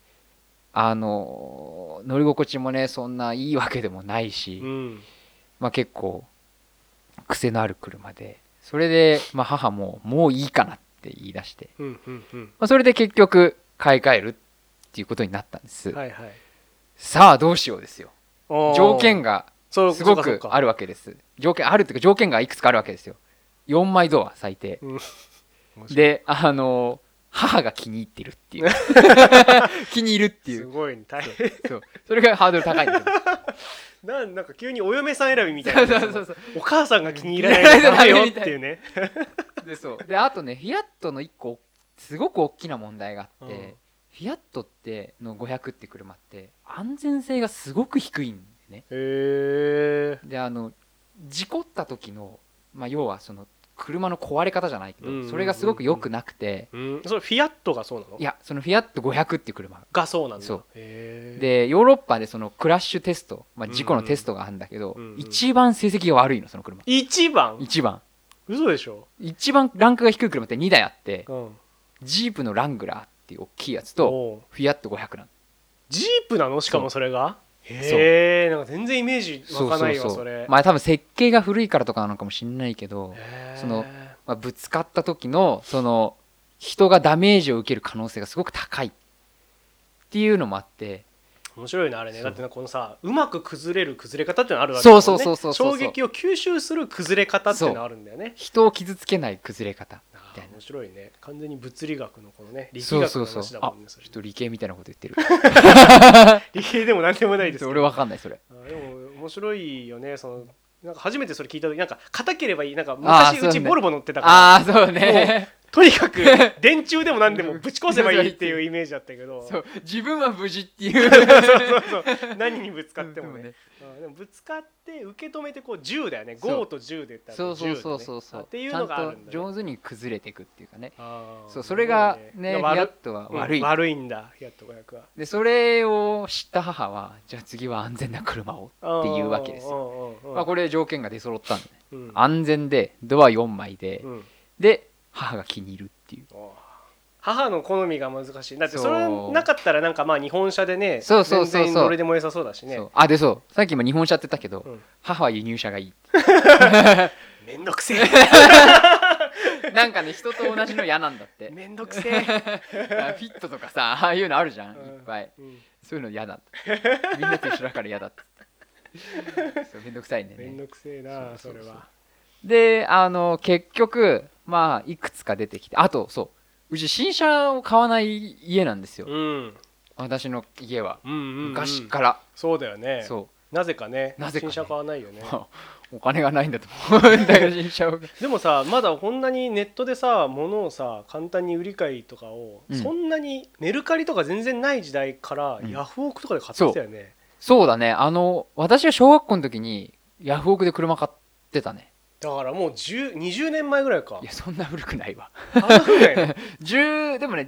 乗り心地もねそんないいわけでもないし、まあ結構癖のある車で、それでまあ母ももういいかなって言い出して、まあそれで結局買い替えるっていうことになったんです。はいはい。さあどうしようですよ。条件がすごくあるわけです。条件あるっていうか条件がいくつかあるわけですよ。4枚ドア最低、で母が気に入ってるっていう気に入るっていう、 すごいね。大変。 そうそれがハードル高いんですよ。 なんか急にお嫁さん選びみたいな。お母さんが気に入らないとダメよっていうね。 でそうであとねフィアットの1個すごく大きな問題があって、フィアットっての500って車って安全性がすごく低いんでね。で事故った時の、まあ、要はその車の壊れ方じゃないけど、それがすごく良くなくて、 それフィアットがそうなの？ いやそのフィアット500っていう車がそうなんだ。 そうでヨーロッパでそのクラッシュテスト、まあ、事故のテストがあるんだけど、一番成績が悪いのその車。一番嘘でしょ。一番ランクが低い車って2台あって、ジープのラングラーっていう大きいやつとフィアット500なの。ジープなの？しかもそれがへえ、なんか全然イメージ湧かないわ。それまあ多分設計が古いからとかなのかもしれないけど、その、まあ、ぶつかった時のその人がダメージを受ける可能性がすごく高いっていうのもあって、 面白いねあれね。だってこのさうまく崩れる崩れ方ってのあるわけだもんね。衝撃を吸収する崩れ方っていうのあるんだよね。 人を傷つけない崩れ方みたいな。 面白いね。完全に物理学のこのね力学の話だもんね。 ちょっと理系みたいなこと言ってる。 理系でも何でもないです。 俺わかんないそれ。 でも面白いよね。そのなんか初めてそれ聞いた時なんか硬ければいい。なんか昔うちボルボ乗ってたから。 そうね。 とにかく電柱でも何でもぶち壊せばいいっていうイメージだったけど、 そう自分は無事っていうそう何にぶつかってもね。でもぶつかって受け止めてこう10だよね。5と10で言ったらそうっていうのがあるんだ。 ちゃんと上手に崩れていくっていうかね。そうそれがねフィアットは悪いんだフィアット500は。 でそれを知った母はじゃあ次は安全な車をっていうわけですよ。まあこれ条件が出揃ったんでね。安全でドア4枚でで母が気に入るっていう。 母の好みが難しい。だってそれなかったらなんかまあ日本車でね全然どれでも良さそうだしね。 でそうさっきも日本車って言ったけど、母は輸入車がいいめんどくせえなんかね人と同じの嫌なんだって。 めんどくせえフィットとかさああいうのあるじゃん、いっぱい、そういうの嫌だみんなと一緒だから嫌だってそうめんどくさいね。 めんどくせえなそれは。 で結局まあいくつか出てきて、あとうち新車を買わない家なんですよ、私の家は、昔から。 そうだよね。なぜかね新車買わないよね。 お金がないんだと思うんだけど新車をでもさまだこんなにネットでさ物をさ簡単に売り買いとかを、そんなにメルカリとか全然ない時代からヤフオクとかで買ってたよね。 そうだね。私が小学校の時にヤフオクで車買ってたね。 だからもう20年前ぐらいか。 いやそんな古くないわでもね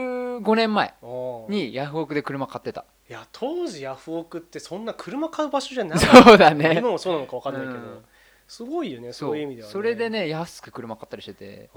15年前にヤフオクで車買ってた。 いや当時ヤフオクってそんな車買う場所じゃなかった。 そうだね。 今もそうなのか分かんないけど、すごいよねそういう意味ではね。 それでね安く車買ったりしてて、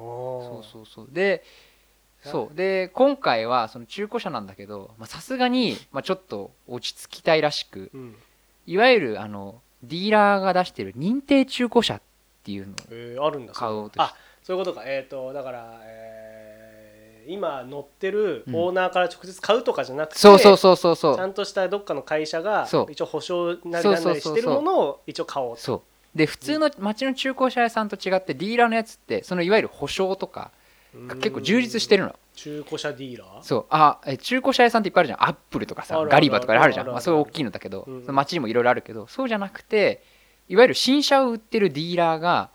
で今回はその中古車なんだけどさすがにちょっと落ち着きたいらしく、いわゆるディーラーが出してる認定中古車っていうのを買おうとして。 そういうことか。だから、今乗ってるオーナーから直接買うとかじゃなくて、ちゃんとしたどっかの会社が一応保証なりなんなりしてるものを一応買おうと。 で普通の町の中古車屋さんと違ってディーラーのやつってそのいわゆる保証とかが結構充実してるの。 中古車ディーラー。 中古車屋さんっていっぱいあるじゃん。アップルとかさガリバとかあるじゃん。そういう大きいのだけど、町にもいろいろあるけどそうじゃなくていわゆる新車を売ってるディーラーが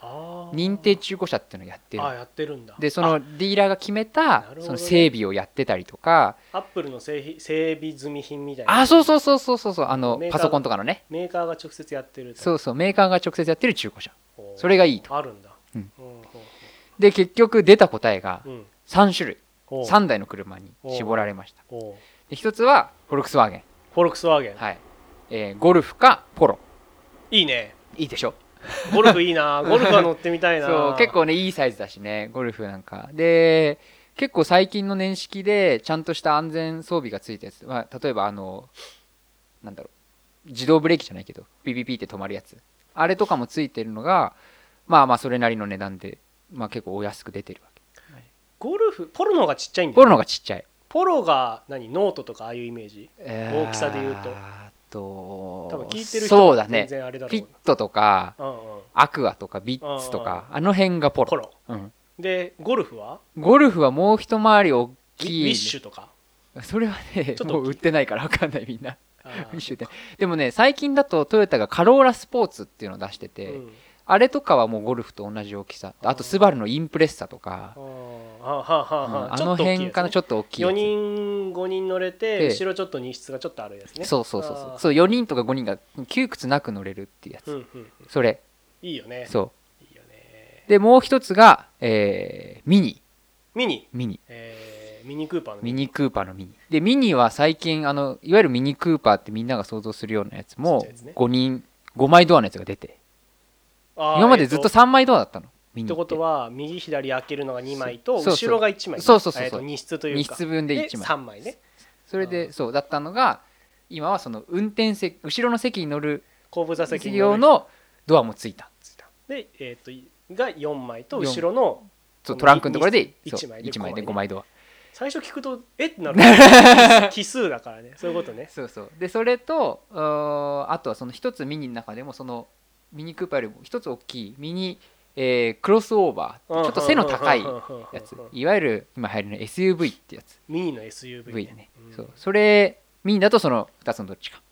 認定中古車っていうのをやってる。 やってるんだ。 でそのディーラーが決めたその整備をやってたりとか、 アップルの整備済み品みたいな。 そうパソコンとかのね、 メーカーが直接やってる。 そうメーカーが直接やってる中古車、それがいいと。 あるんだ。 で結局出た答えが3種類、3台の車に絞られました。で一つはフォルクスワーゲン。はい、ゴルフかポロ。 いいね。 いいでしょ。 ゴルフいいな。ゴルフは乗ってみたいな。 そう結構ねいいサイズだしね、ゴルフなんかで結構最近の年式でちゃんとした安全装備がついたやつ、例えばなんだろう、自動ブレーキじゃないけどピピピって止まるやつ、あれとかもついてるのがそれなりの値段で、結構お安く出てるわけ。 ゴルフポロの方がちっちゃいんだよね。 ポロの方がちっちゃい。 ポロがノートとかああいうイメージ、大きさで言うと多分聞いてる人は全然あれだろう。 フィットとか、アクアとかビッツとか、あの辺がポロ。でゴルフはもう一回り大きい。 ウィッシュとか。 それはねもう売ってないから分かんないみんな。ウィッシュってでもね最近だとトヨタがカローラスポーツっていうのを出してて、あれとかはもうゴルフと同じ大きさ。あとスバルのインプレッサとか、あの辺かな、ちょっと大きいやつ。 4人5人乗れて後ろちょっと荷室がちょっとあるやつね。 そう4人とか5人が窮屈なく乗れるっていうやつ、それいいよね。 そういいよね。でもう一つが、ミニミニクーパーのミニで、ミニは最近いわゆるミニクーパーってみんなが想像するようなやつも5枚ドアのやつが出て、今までずっと3枚ドアだったの。 ってことは右左開けるのが2枚と後ろが1枚、荷室というか荷室分で1枚 3枚ね。 それでそうだったのが、今はその運転席、後ろの席に乗る後部座席用のドアもついた。 でが4枚と後ろのトランクのところで 1枚で5枚ドア。 最初聞くとってなる奇数だからね。そういうことね。 そうでそれとあとはその一つミニの中でもそのミニクーパーよりも一つ大きいミニクロスオーバー、ちょっと背の高いやつ、いわゆる今流行りの SUV ってやつ。 ミニの SUV だね。それミニだとその2つのどっちか。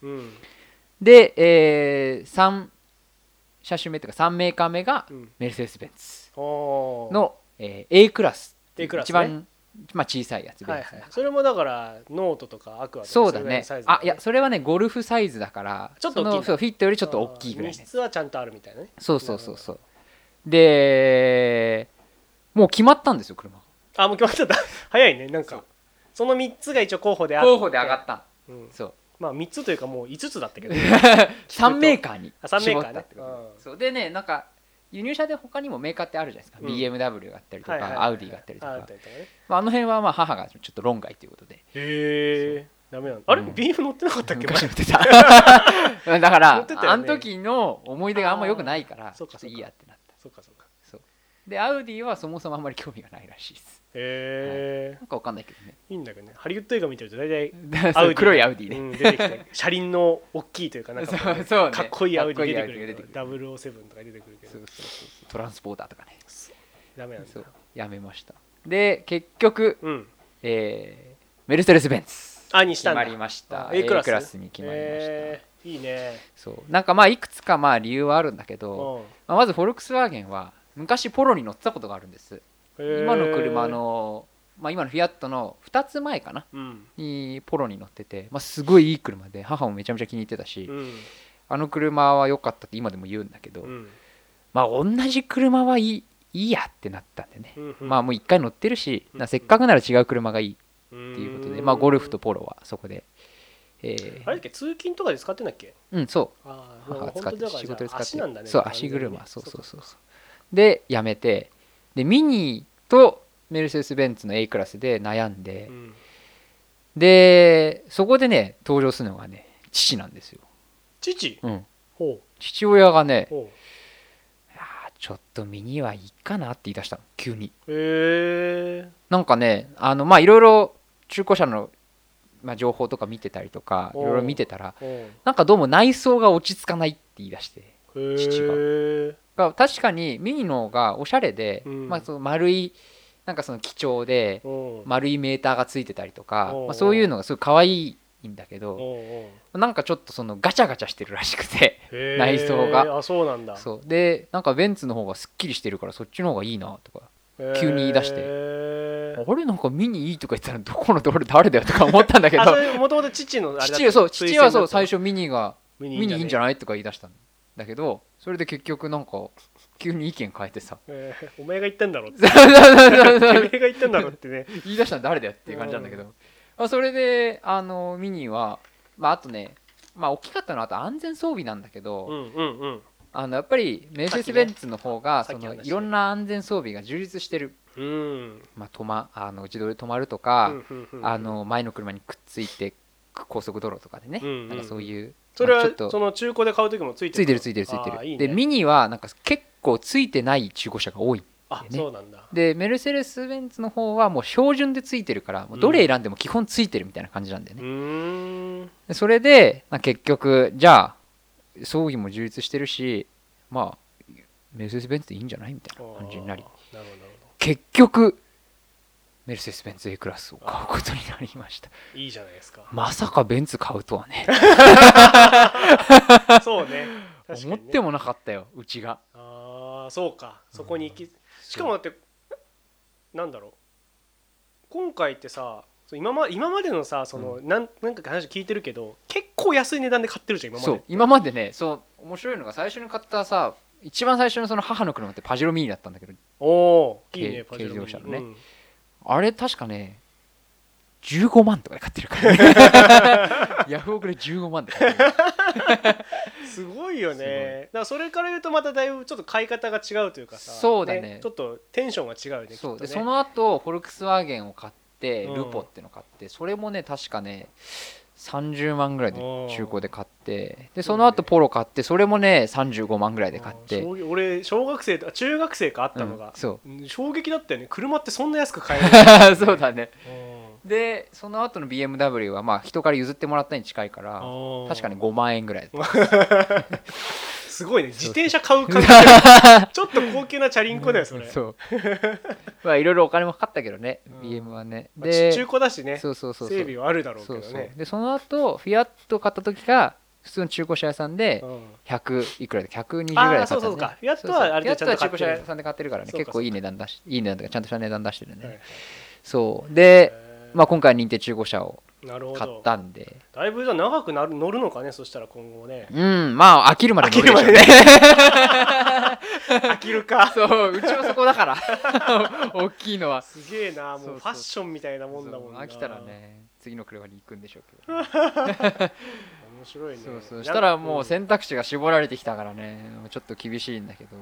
で3車種目というか3メーカー目がメルセデス・ベンツの A クラス、一番小さいやつ。 それもだからノートとかアクアとかそうだね。いやそれはねゴルフサイズだからちょっと大きい。 フィットよりちょっと大きいぐらい。 荷室はちゃんとあるみたいなね。 そうでもう決まったんですよ車。 もう決まっちゃった。早いね。なんかその3つが一応候補で上がった。そう 3つというかもう5つだったけど 3メーカーに絞ったってこと。そうでね、なんか輸入車で他にもメーカーってあるじゃないですか。BMW があったりとかアウディがあったりとか、あの辺は母がちょっと論外ということで。 ダメなんだ。あれビーフ乗ってなかったっけ。 昔乗ってた。だからあの時の思い出があんま良くないからちょっといいやってなった。そうでアウディはそもそもあんまり興味がないらしいです。なんかわかんないけどね。 いいんだけどね。ハリウッド映画見てると大体黒いアウディね、 出てきて車輪の大きいというかなんかかっこいいアウディ出てくる。007とか出てくるけど、 トランスポーターとかね。 ダメなんだ。 やめました。で結局メルセデス・ベンツにしたんだ。 決まりました。 A クラスに決まりました。 いいね。 そうなんかいくつか理由はあるんだけど、まずフォルクスワーゲンは昔ポロに乗ってたことがあるんです。今の車の、今のフィアットの2つ前かな、にポロに乗ってて、すごいいい車で母もめちゃめちゃ気に入ってたし、あの車は良かったって今でも言うんだけど、同じ車はいいやってなったんでね、もう1回乗ってるし、せっかくなら違う車がいいっていうことで、ゴルフとポロはそこで。あれだっけ、通勤とかで使ってんだっけ。 そう母が使って仕事で使って足なんだね。 そう足車。そうでやめて、でミニとメルセデス・ベンツの A クラスで悩んで、でそこでね登場するのがね父なんですよ。父親がね、ちょっとミニはいいかなって言い出したの急に。なんかねいろいろ中古車の情報とか見てたりとかいろいろ見てたら、なんかどうも内装が落ち着かないって言い出して、父が確かにミニの方がおしゃれで、その丸いなんかその基調で丸いメーターがついてたりとか、そういうのがすごい可愛いいんだけど、 おうおうなんかちょっとそのガチャガチャしてるらしくて内装が。 あ、そうなんだ。 そうでなんかベンツの方がすっきりしてるからそっちの方がいいなとか急に言い出して、あれなんかミニいいとか言ったらどこの誰だよとか思ったんだけどもともと父のあれだった父はそう最初ミニいいんじゃないとか言い出したんだけど、それで結局なんか急に意見変えてさ、 お前が言ったんだろっててめえが言ったんだろってね言い出したの誰だよっていう感じなんだけど、それでミニは、あとね、大きかったのはあと安全装備なんだけど、やっぱりメルセデス・ベンツの方がそのいろんな安全装備が充実してる、自動で止まるとか、前の車にくっついて高速道路とかでね、なんかそういうそれはその中古で買う時もついてるでミニはなんか結構ついてない中古車が多い。 そうなんだ。 でメルセデス・ベンツの方はもう標準でついてるからもうどれ選んでも基本ついてるみたいな感じなんだよね。でそれで、結局じゃあ装備も充実してるしメルセデス・ベンツでいいんじゃないみたいな感じになり、結局メルセデス・ベンツ A クラスを買うことになりました。 いいじゃないですか。 まさかベンツ買うとはねそうね、 思ってもなかったようちが。 そうか、そこに行き、しかもだってなんだろう、今回ってさ今までのさなんか話聞いてるけど結構安い値段で買ってるじゃん今まで。 そう今までね、そう面白いのが最初に買ったさ一番最初のその母の車ってパジェロミニだったんだけど、 いいねパジェロミニ、 軽自動車のね、あれ確かね15万とかで買ってるからねヤフオクで15万で買ってるすごいよね。だからそれから言うとまただいぶちょっと買い方が違うというかさ、 そうだね、 ちょっとテンションが違うよね。 そうでその後フォルクスワーゲンを買ってルポっていうのを買って、それもね確かね30万ぐらいで中古で買って、でその後ポロ買ってそれもね35万ぐらいで買って、 俺小学生中学生かあったのが、衝撃だったよね。車ってそんな安く買えるそうだね。でその後の BMW は人から譲ってもらったに近いから確かに5万円ぐらいすごいね、自転車買う感覚ちょっと高級なチャリンコだよそれ。 そういろいろお金もかかったけどね、BM はね。 で中古だしね、 整備はあるだろうけどね。 でその後フィアット買った時が普通の中古車屋さんで100いくらで120ぐらいで買ったんで、 そうか、フィアットはあれでちゃんと中古車屋さんで買ってるからね、結構いい値段とかちゃんとした値段出してるね。 そうで今回認定中古車を買ったんで、 だいぶ長く乗るのかね、そしたら今後ね。 飽きるまで乗るでしょうね。 飽きるか。 そううちはそこだから大きいのはすげえな、もうファッションみたいなもんだもんな。 飽きたらね次の車に行くんでしょうけど面白いね。 そうしたらもう選択肢が絞られてきたからね、ちょっと厳しいんだけど。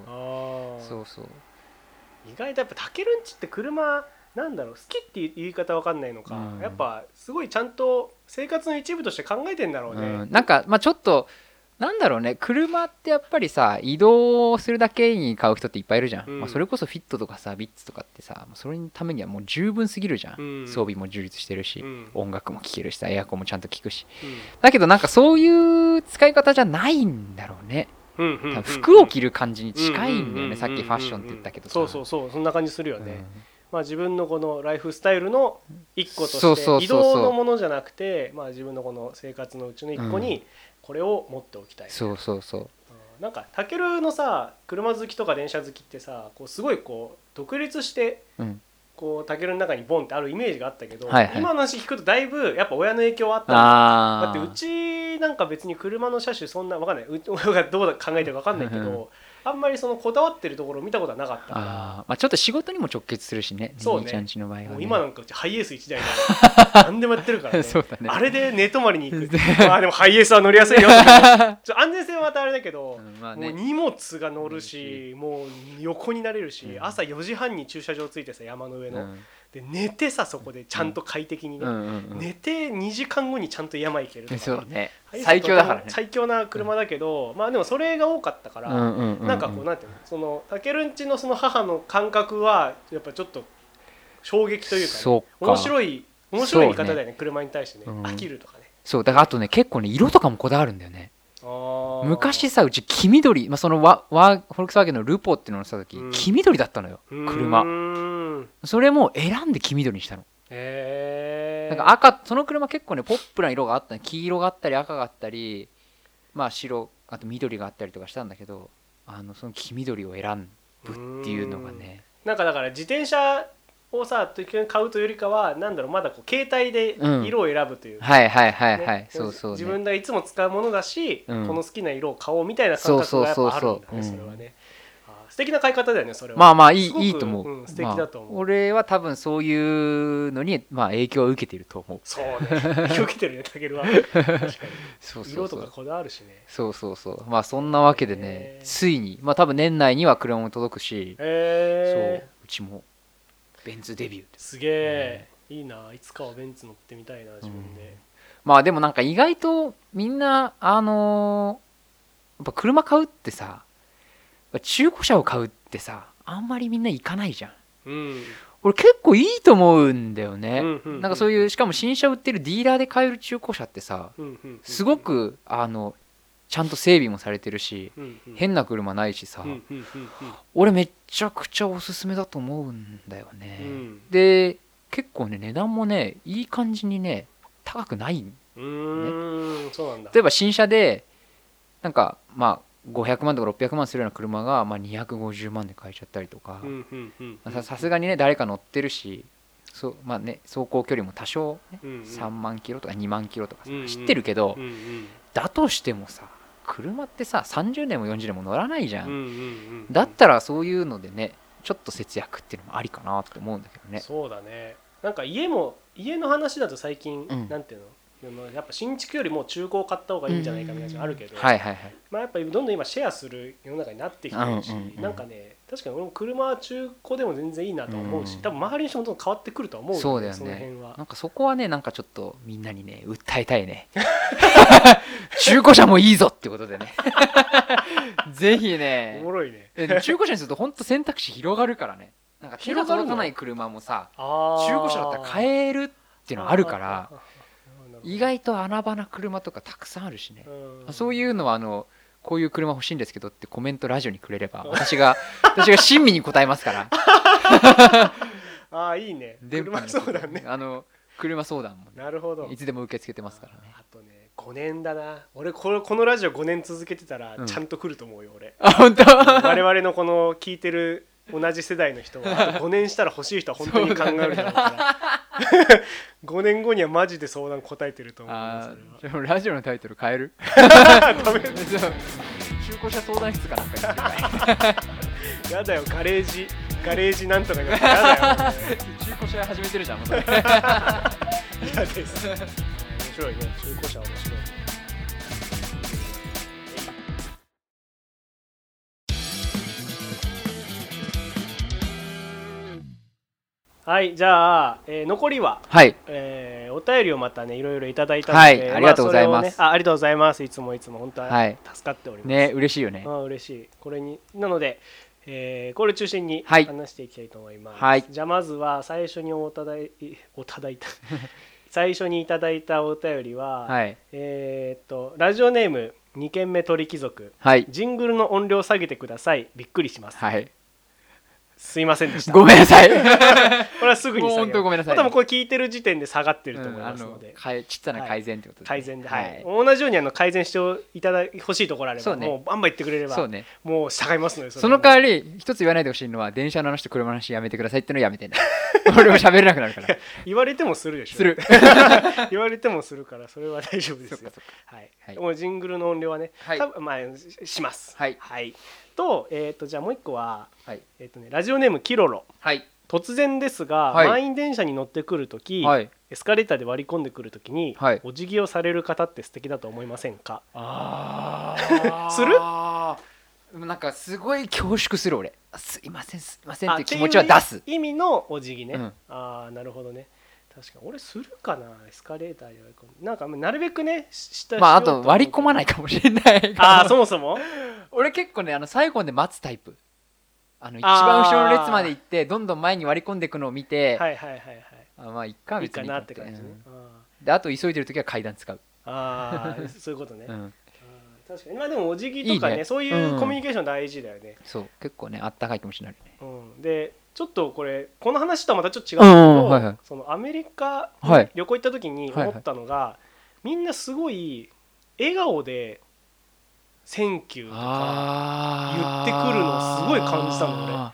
意外とやっぱタケルンチって車なんだろう、好きっていう言い方わかんないのか、やっぱすごいちゃんと生活の一部として考えてんだろうね。 なんかちょっとなんだろうね、車ってやっぱりさ移動するだけに買う人っていっぱいいるじゃん、それこそフィットとかさビッツとかってさそれのためにはもう十分すぎるじゃん、装備も充実してるし、音楽も聴けるしさエアコンもちゃんと効くし、だけどなんかそういう使い方じゃないんだろうね。服を着る感じに近いんだよね、さっきファッションって言ったけどさ、 そうそんな感じするよね。自分のこのライフスタイルの一個として移動のものじゃなくて、自分のこの生活のうちの一個にこれを持っておきたい。なんかタケルのさ車好きとか電車好きってさすごい独立してタケルの中にボンってあるイメージがあったけど、今の話聞くとだいぶやっぱ親の影響はあったんだ。だってうちなんか別に車の車種そんな分かんない、親がどう考えてるか分かんないけど、あんまりこだわってるところを見たことはなかったから。 ちょっと仕事にも直結するしね。 そうね。 ちゃんちの場合はね。 もう今なんかうちハイエース1台で何でもやってるからね。 そうだね。 あれで寝泊まりに行く。でもハイエースは乗りやすいよ。安全性はまたあれだけど、もう荷物が乗るし、もう横になれるし、朝4時半に駐車場ついてさ山の上の。で寝てさそこでちゃんと快適にね、寝て2時間後にちゃんと山行けるとか。 そうね。最強だからね。 最強な車だけど、でもそれが多かったから、なんかなんていうの、そのタケルんちのその母の感覚はやっぱちょっと衝撃というか、面白い言い方だよね、車に対してね。飽きるとかね。 そうだからあとね結構ね色とかもこだわるんだよね。昔さうち黄緑、そのフォルクスワーゲンのルポっていうのをした時、黄緑だったのよ車。それも選んで黄緑にしたの。 なんか赤、その車結構ねポップな色があったね。黄色があったり赤があったり、まあ白、あと緑があったりとかしたんだけど、その黄緑を選ぶっていうのがね、 なんかだから自転車をさ買うというよりかはなんだろう、まだこう携帯で色を選ぶという、 はいはいはいはい、そうそう、 自分がいつも使うものだし、この好きな色を買おうみたいな感覚がやっぱあるんだね、それはね。素敵な買い方だよね、それは。 まあまあいいと思う。 素敵だと思う。 俺は多分そういうのにまあ影響を受けていると思う。 そうね、影響を受けてるね、たけるは。確かに。色とかこだわるしね。 そうそうそう。まあそんなわけでね、ついにまあ多分年内には車も届くし、そううちもベンツデビュー。 すげえ、いいな。いつかはベンツ乗ってみたいな、自分で。 まあでもなんか意外とみんなやっぱ車買うってさ、中古車を買うってさ、あんまりみんな行かないじゃん。俺結構いいと思うんだよね。なんかそういう、しかも新車売ってるディーラーで買える中古車ってさ、すごくちゃんと整備もされてるし、変な車ないしさ、俺めちゃくちゃおすすめだと思うんだよね。で結構ね値段もねいい感じにね高くないね。 そうなんだ。 例えば新車でなんかまあ500万とか600万するような車が、まあ、250万で買えちゃったりとか、さすがにね誰か乗ってるし、まあね、走行距離も多少、ね3万キロとか2万キロとか知ってるけど、だとしてもさ車ってさ30年も40年も乗らないじゃん。だったらそういうのでねちょっと節約っていうのもありかなって思うんだけどね。 そうだね。なんか家の話だと最近、なんていうの、やっぱ新築よりも中古を買った方がいいんじゃないかみたいなのがあるけど、まあやっぱりどんどん今シェアする世の中になってきてるし、なんかね確かに俺も車は中古でも全然いいなと思うし、多分周りの人もどんどん変わってくるとは思う。 そうだよね。その辺はなんかそこはねなんかちょっとみんなにね訴えたいね。中古車もいいぞってことでね。ぜひね。 おもろいね。 中古車にすると本当選択肢広がるからね。なんか手が届かない車もさ、中古車だったら買えるっていうのがあるから。意外と穴場な車とかたくさんあるしね。そういうのはこういう車欲しいんですけどってコメントラジオにくれれば私が親身に答えますから。 ああいいね。車相談ね。 車相談も、ね、 なるほど。 いつでも受け付けてますからね。 あとね5年だな。俺このラジオ5年続けてたらちゃんと来ると思うよ俺。 あ本当。 我々のこの聞いてる同じ世代の人は5年したら欲しい人は本当に考えるだろうから5年後にはマジで相談答えてると思う。 でもラジオのタイトル変える。 ダメ。中古車相談室かなんかにやだよ。ガレージなんとかやだよ。 中古車始めてるじゃんもう。嫌です。面白いね。中古車面白い。はい、じゃあ、残りは、お便りをまたねいろいろいただいたので、 ありがとうございます。 ありがとうございます。いつも本当は助かっております。 ね、嬉しいよね。 嬉しい。これになので、これ中心に話していきたいと思います。じゃあまずは最初に最初にいただいたお便りは、ラジオネーム2件目鳥貴族、ジングルの音量下げてください。びっくりします。すいませんでした。 ごめんなさい。これはすぐに下げます。 本当ごめんなさい。 多分これ聞いてる時点で下がってると思いますので、 ちっちゃな改善ってことで、 改善で、同じように改善していただ欲しいところあれば、もうバンバン言ってくれれば、もう下がりますので。 その代わり一つ言わないでほしいのは、電車の話と車の話やめてくださいってのをやめてね。俺も喋れなくなるから。 言われてもするでしょ。する。言われてもするからそれは大丈夫ですよ。もうジングルの音量はね、まあします。と、じゃあもう一個は、ラジオネームキロロ。突然ですが、満員電車に乗ってくるとき、エスカレーターで割り込んでくるときに、お辞儀をされる方って素敵だと思いませんか？する？ なんかすごい恐縮する俺。すいませんすいませんって気持ちは出す。 意味のお辞儀ね。なるほどね。確かに俺するかな、エスカレーターで割り込む。なんかなるべくねあと割り込まないかもしれない。 そもそも俺結構ね最後まで待つタイプ。一番後ろの列まで行ってどんどん前に割り込んでいくのを見て、まあいっか別にいいかって感じね。であと急いでる時は階段使う。 そういうことね。確かに。まあでもお辞儀とかね、そういうコミュニケーション大事だよね。 そう結構ねあったかい気持ちになるね。 でちょっとこの話とはまたちょっと違うんだけど、 はいはい、 そのアメリカはい旅行行った時に思ったのが、はいはい、みんなすごい笑顔で「センキュー」とか言ってくるのをすごい感じたの俺。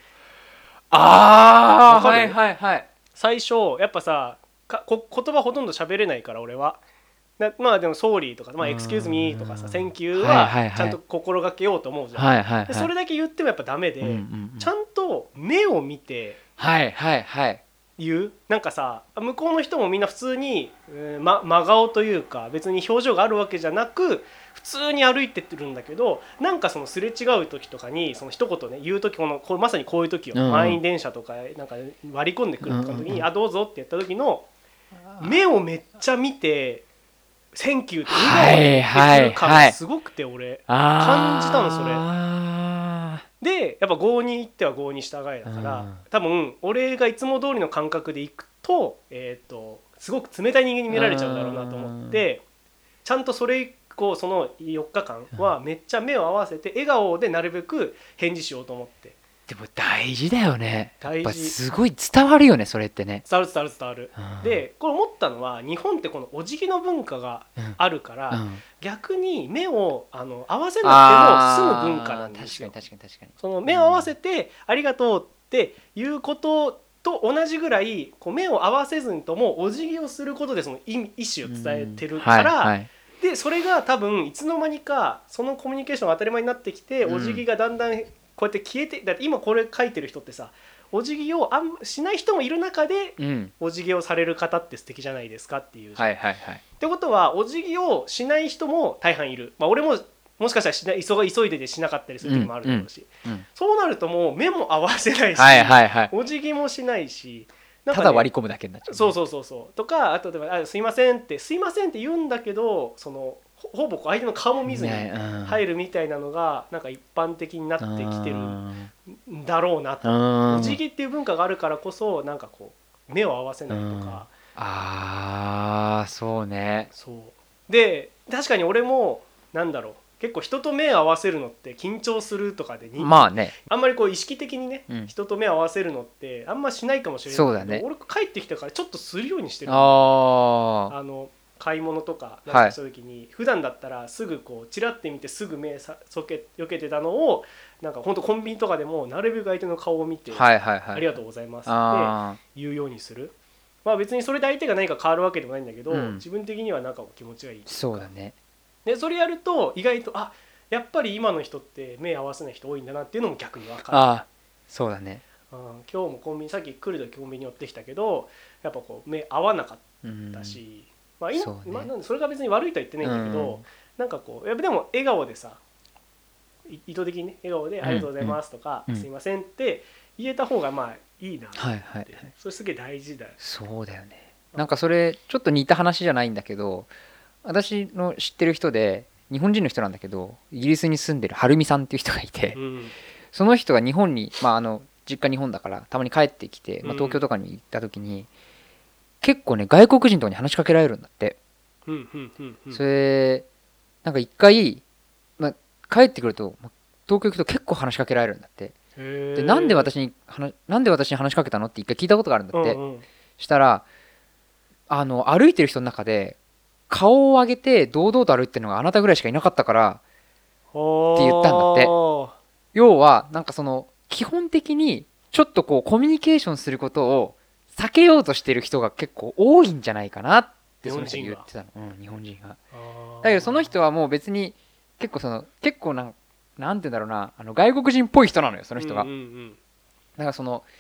はいはいはい。 最初やっぱさ言葉ほとんど喋れないから俺は。まあでも「ソーリー」とか「エクスキューズミー」とかさ「センキュー」はちゃんと心がけようと思うじゃん、 はいはいはい、 でそれだけ言ってもやっぱダメで、 うんうんうん、 ちゃんと目を見てはいはいはい言う。なんかさ向こうの人もみんな普通に、真顔というか別に表情があるわけじゃなく普通に歩いてってるんだけど、なんかそのすれ違う時とかにその一言ね言う時まさにこういう時よ、満員電車とかなんか割り込んでくるとかの時に「あどうぞ」って言った時の目をめっちゃ見て「センキュー」って笑顔で言ってくる感がすごくて俺感じたのそれで。やっぱ郷に行っては郷に従えだから、多分俺がいつも通りの感覚で行くとすごく冷たい人間に見られちゃうだろうなと思って、ちゃんとそれ以降その4日間はめっちゃ目を合わせて笑顔でなるべく返事しようと思って。 でも大事だよね。 大事。 すごい伝わるよねそれってね。 伝わる、でこれ思ったのは日本ってこのお辞儀の文化があるから、逆に目を合わせなくても済む文化なんですよ。確かにその目を合わせてありがとうっていうことと同じぐらい目を合わせずにともお辞儀をすることでその意思を伝えてるから、でそれが多分いつの間にかそのコミュニケーションが当たり前になってきて、お辞儀がだんだんこうやって消えて、だって今これ書いてる人ってさお辞儀をしない人もいる中で、お辞儀をされる方って素敵じゃないですかっていう。ってことはお辞儀をしない人も大半いる。俺ももしかしたら急いでしなかったりする時もあるだろうし、そうなるともう目も合わせないし、お辞儀もしないし、 なんかね、ただ割り込むだけになっちゃう、 そうとか、あとでもすいませんって言うんだけど、そのほぼ相手の顔も見ずに入るみたいなのがなんか一般的になってきてるんだろうなと。お辞儀っていう文化があるからこそなんかこう目を合わせないとか。 そうね。 そうで確かに俺もなんだろう、結構人と目を合わせるのって緊張するとかでまあね、 あんまりこう意識的にね、人と目を合わせるのってあんましないかもしれないけど、そうだね、俺帰ってきたからちょっとするようにしてる。買い物とかなんかした時に、普段だったらすぐこうチラッて見てすぐ目よけてたのをなんかほんとコンビニとかでもなるべく相手の顔を見て、ありがとうございますって言うようにする。まあ別にそれで相手が何か変わるわけでもないんだけど、自分的にはなんか気持ちがいい。 そうだね。 でそれやると意外とやっぱり今の人って目合わせない人多いんだなっていうのも逆に分かる。 そうだね。 今日もコンビニさっき来る時コンビニ寄ってきたけどやっぱこう目合わなかったし、それが別に悪いとは言ってないんだけど、なんかこうやっぱでも笑顔でさ意図的にね笑顔で「ありがとうございます」とか「すいません」って言えた方がまあいいなって、それすげえ大事だよ。 そうだよね。なんかそれちょっと似た話じゃないんだけど、私の知ってる人で日本人の人なんだけどイギリスに住んでるはるみさんっていう人がいて、その人が日本に、実家日本だからたまに帰ってきて、東京とかに行った時に結構ね外国人とかに話しかけられるんだって。それなんか一回、帰ってくると東京行くと結構話しかけられるんだって。でなんで私に話しかけたのって一回聞いたことがあるんだって。したら歩いてる人の中で顔を上げて堂々と歩いてるのがあなたぐらいしかいなかったからって言ったんだって。要はなんかその基本的にちょっとこうコミュニケーションすることを避けようとしてる人が結構多いんじゃないかなってその人言ってたの。日本人が。だけどその人はもう別に結構なんて言うんだろうな、外国人っぽい人なのよその人が。だからその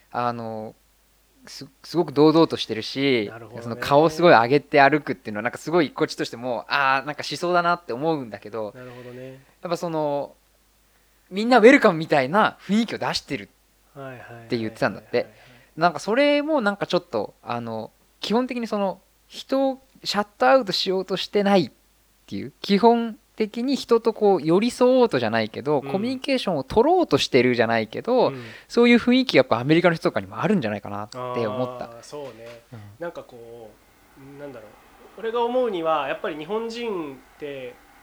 すごく堂々としてるし、その顔をすごい上げて歩くっていうのはなんかすごいこっちとしてもなんかしそうだなって思うんだけど、やっぱそのみんなウェルカムみたいな雰囲気を出してるって言ってたんだって。なんかそれもなんかちょっと基本的にその人をシャットアウトしようとしてないっていう、基本的に人とこう寄り添おうとじゃないけど、コミュニケーションを取ろうとしてるじゃないけど、そういう雰囲気がやっぱアメリカの人とかにもあるんじゃないかなって思った。 そうね、なんかこうなんだろう、俺が思うにはやっぱり日本人って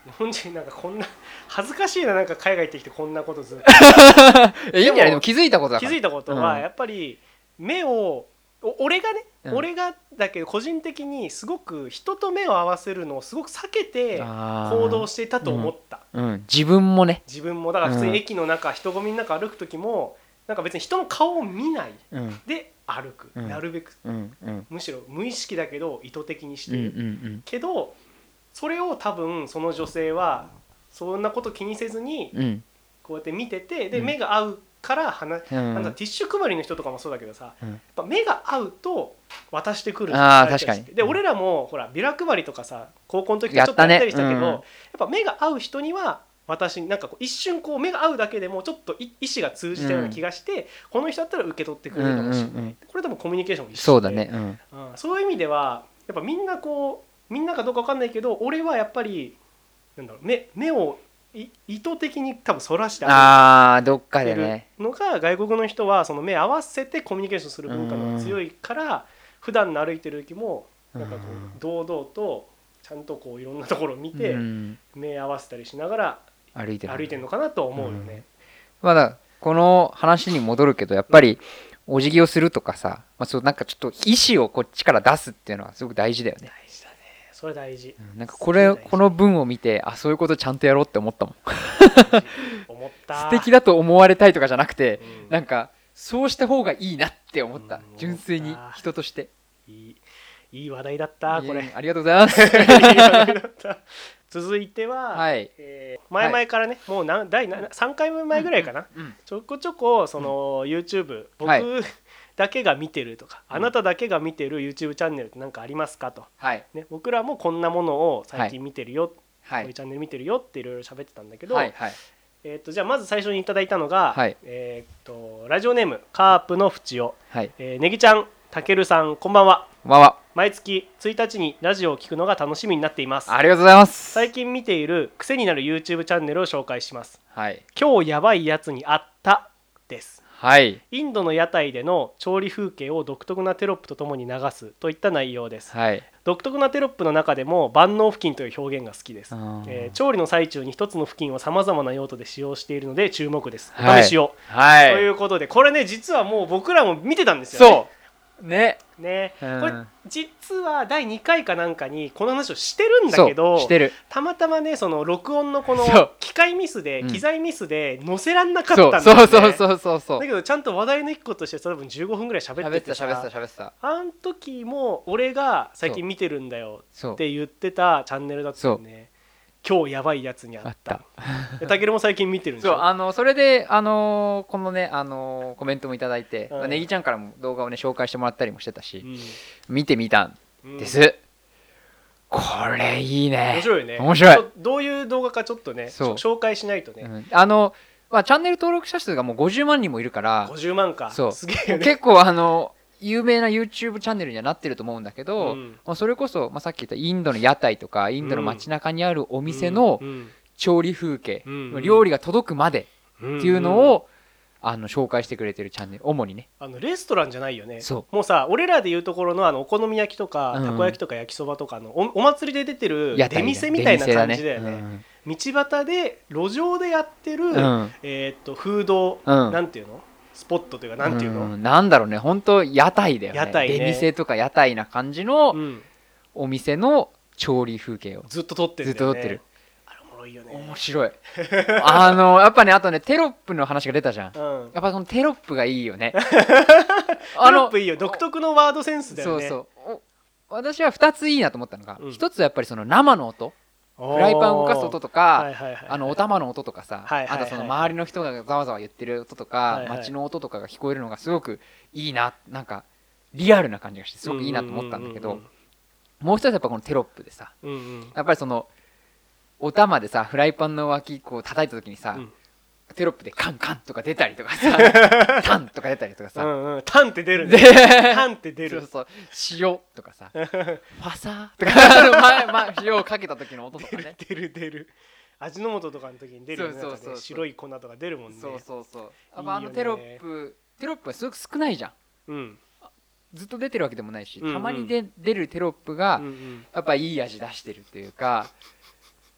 日本人なんかこんな恥ずかしいな、なんか海外行ってきてこんなことずっといいんじゃない？でも気づいたことだから。 気づいたことはやっぱり目を俺がね、俺がだけど個人的にすごく人と目を合わせるのをすごく避けて行動していたと思った、 自分もね。 自分もだから普通に駅の中、人混みの中歩く時もなんか別に人の顔を見ないで歩く、なるべく、むしろ無意識だけど意図的にしている、けどそれを多分その女性はそんなこと気にせずにこうやって見てて、で目が合うからなんかティッシュ配りの人とかもそうだけどさ、やっぱ目が合うと渡してくる。 確かに。 で俺らもほらビラ配りとかさ高校の時ちょっとやったりしたけど、やっぱ目が合う人には私なんかこう一瞬こう目が合うだけでもちょっと意思が通じたような気がして、この人だったら受け取ってくれるかもしれない、これ多分コミュニケーションも一緒で、 そうだね、 そういう意味ではやっぱみんなかどうか分かんないけど、俺はやっぱりなんだろう、目を意図的に多分そらしてどっかでねのが、外国の人はその目合わせてコミュニケーションする文化が強いから、普段の歩いてる時もなんかこう堂々とちゃんとこういろんなところを見て目合わせたりしながら歩いてるのかなと思うよね。 まだこの話に戻るけど、やっぱりお辞儀をするとかさ、そうなんかちょっと意思をこっちから出すっていうのはすごく大事だよね。 大事だね、それ大事。 なんかこの文を見て、そういうことちゃんとやろうって思ったもん。 思った。 素敵だと思われたいとかじゃなくて、なんかそうした方がいいなって思った、純粋に人として。 いい話題だったこれ。 ありがとうございます。いい話題だった。続いては、前々からね、もう第3回目前ぐらいかな、ちょこちょこその YouTube、僕だけが見てるとか、あなただけが見てる YouTube チャンネルって何かありますかと、僕らもこんなものを最近見てるよ、こういうチャンネル見てるよっていろいろ喋ってたんだけど、じゃあまず最初にいただいたのが、ラジオネームカープのふちお、ねぎちゃん、たけるさん、こんばんは。 こんばんは。 毎月1日にラジオを聞くのが楽しみになっています。 ありがとうございます。 最近見ている癖になる YouTube チャンネルを紹介します。今日やばいやつにあったです。インドの屋台での調理風景を独特なテロップとともに流すといった内容です。独特なテロップの中でも万能布巾という表現が好きです。調理の最中に一つの布巾をさまざまな用途で使用しているので注目です。お試しを、ということで、これね実はもう僕らも見てたんですよね。 そうね、 これ実は第2回かなんかにこの話をしてるんだけど、たまたまねその録音のこの機械ミスで機材ミスで載せらんなかったんですよね。だけどちゃんと話題の一個として多分15分ぐらい喋っててさ、あん時も俺が最近見てるんだよって言ってたチャンネルだったよね。今日やばいやつにあった。たけるも最近見てるんでしょ。 それでこのねコメントもいただいて、ねぎちゃんからも動画をね紹介してもらったりもしてたし、見てみたんです。これいいね。 面白いよね。 面白い。 どういう動画かちょっとね紹介しないとね。 チャンネル登録者数がもう50万人もいるから。 50万か。すげえよね。 結構有名な YouTube チャンネルにはなってると思うんだけど、それこそ、さっき言ったインドの屋台とかインドの街中にあるお店の調理風景、料理が届くまでっていうのを紹介してくれてるチャンネル、主にねレストランじゃないよね。もうさ、俺らでいうところのお好み焼きとかたこ焼きとか焼きそばとかお祭りで出てる出店みたいな感じだよね。道端で路上でやってるフードなんていうのスポットというかなんていうの、 なんだろうね、本当屋台だよね。出店とか屋台な感じのお店の調理風景をずっと撮ってる。 ずっと撮ってる。 あれおもろいよね。 面白い。やっぱね、あとねテロップの話が出たじゃん。やっぱそのテロップがいいよね。 テロップいいよ。独特のワードセンスだよね。 私は2ついいなと思ったのが、1つはやっぱりその生の音、フライパンを動かす音とか、お玉の音とかさ、あとその周りの人がざわざわ言ってる音とか、街の音とかが聞こえるのがすごくいいな、なんかリアルな感じがしてすごくいいなと思ったんだけど、もう一つやっぱこのテロップでさ、やっぱりそのお玉でさフライパンの脇こう叩いた時にさ、テロップでカンカンとか出たりとかさタンとか出たりとかさ、 タンって出るね。タンって出る。 塩とかさファサーとか塩をかけた時の音とかね。 出る。味の素とかの時に出るよね。白い粉とか出るもんね。 やっぱテロップはすごく少ないじゃん。ずっと出てるわけでもないし、たまに出るテロップがやっぱいい味出してるっていうか、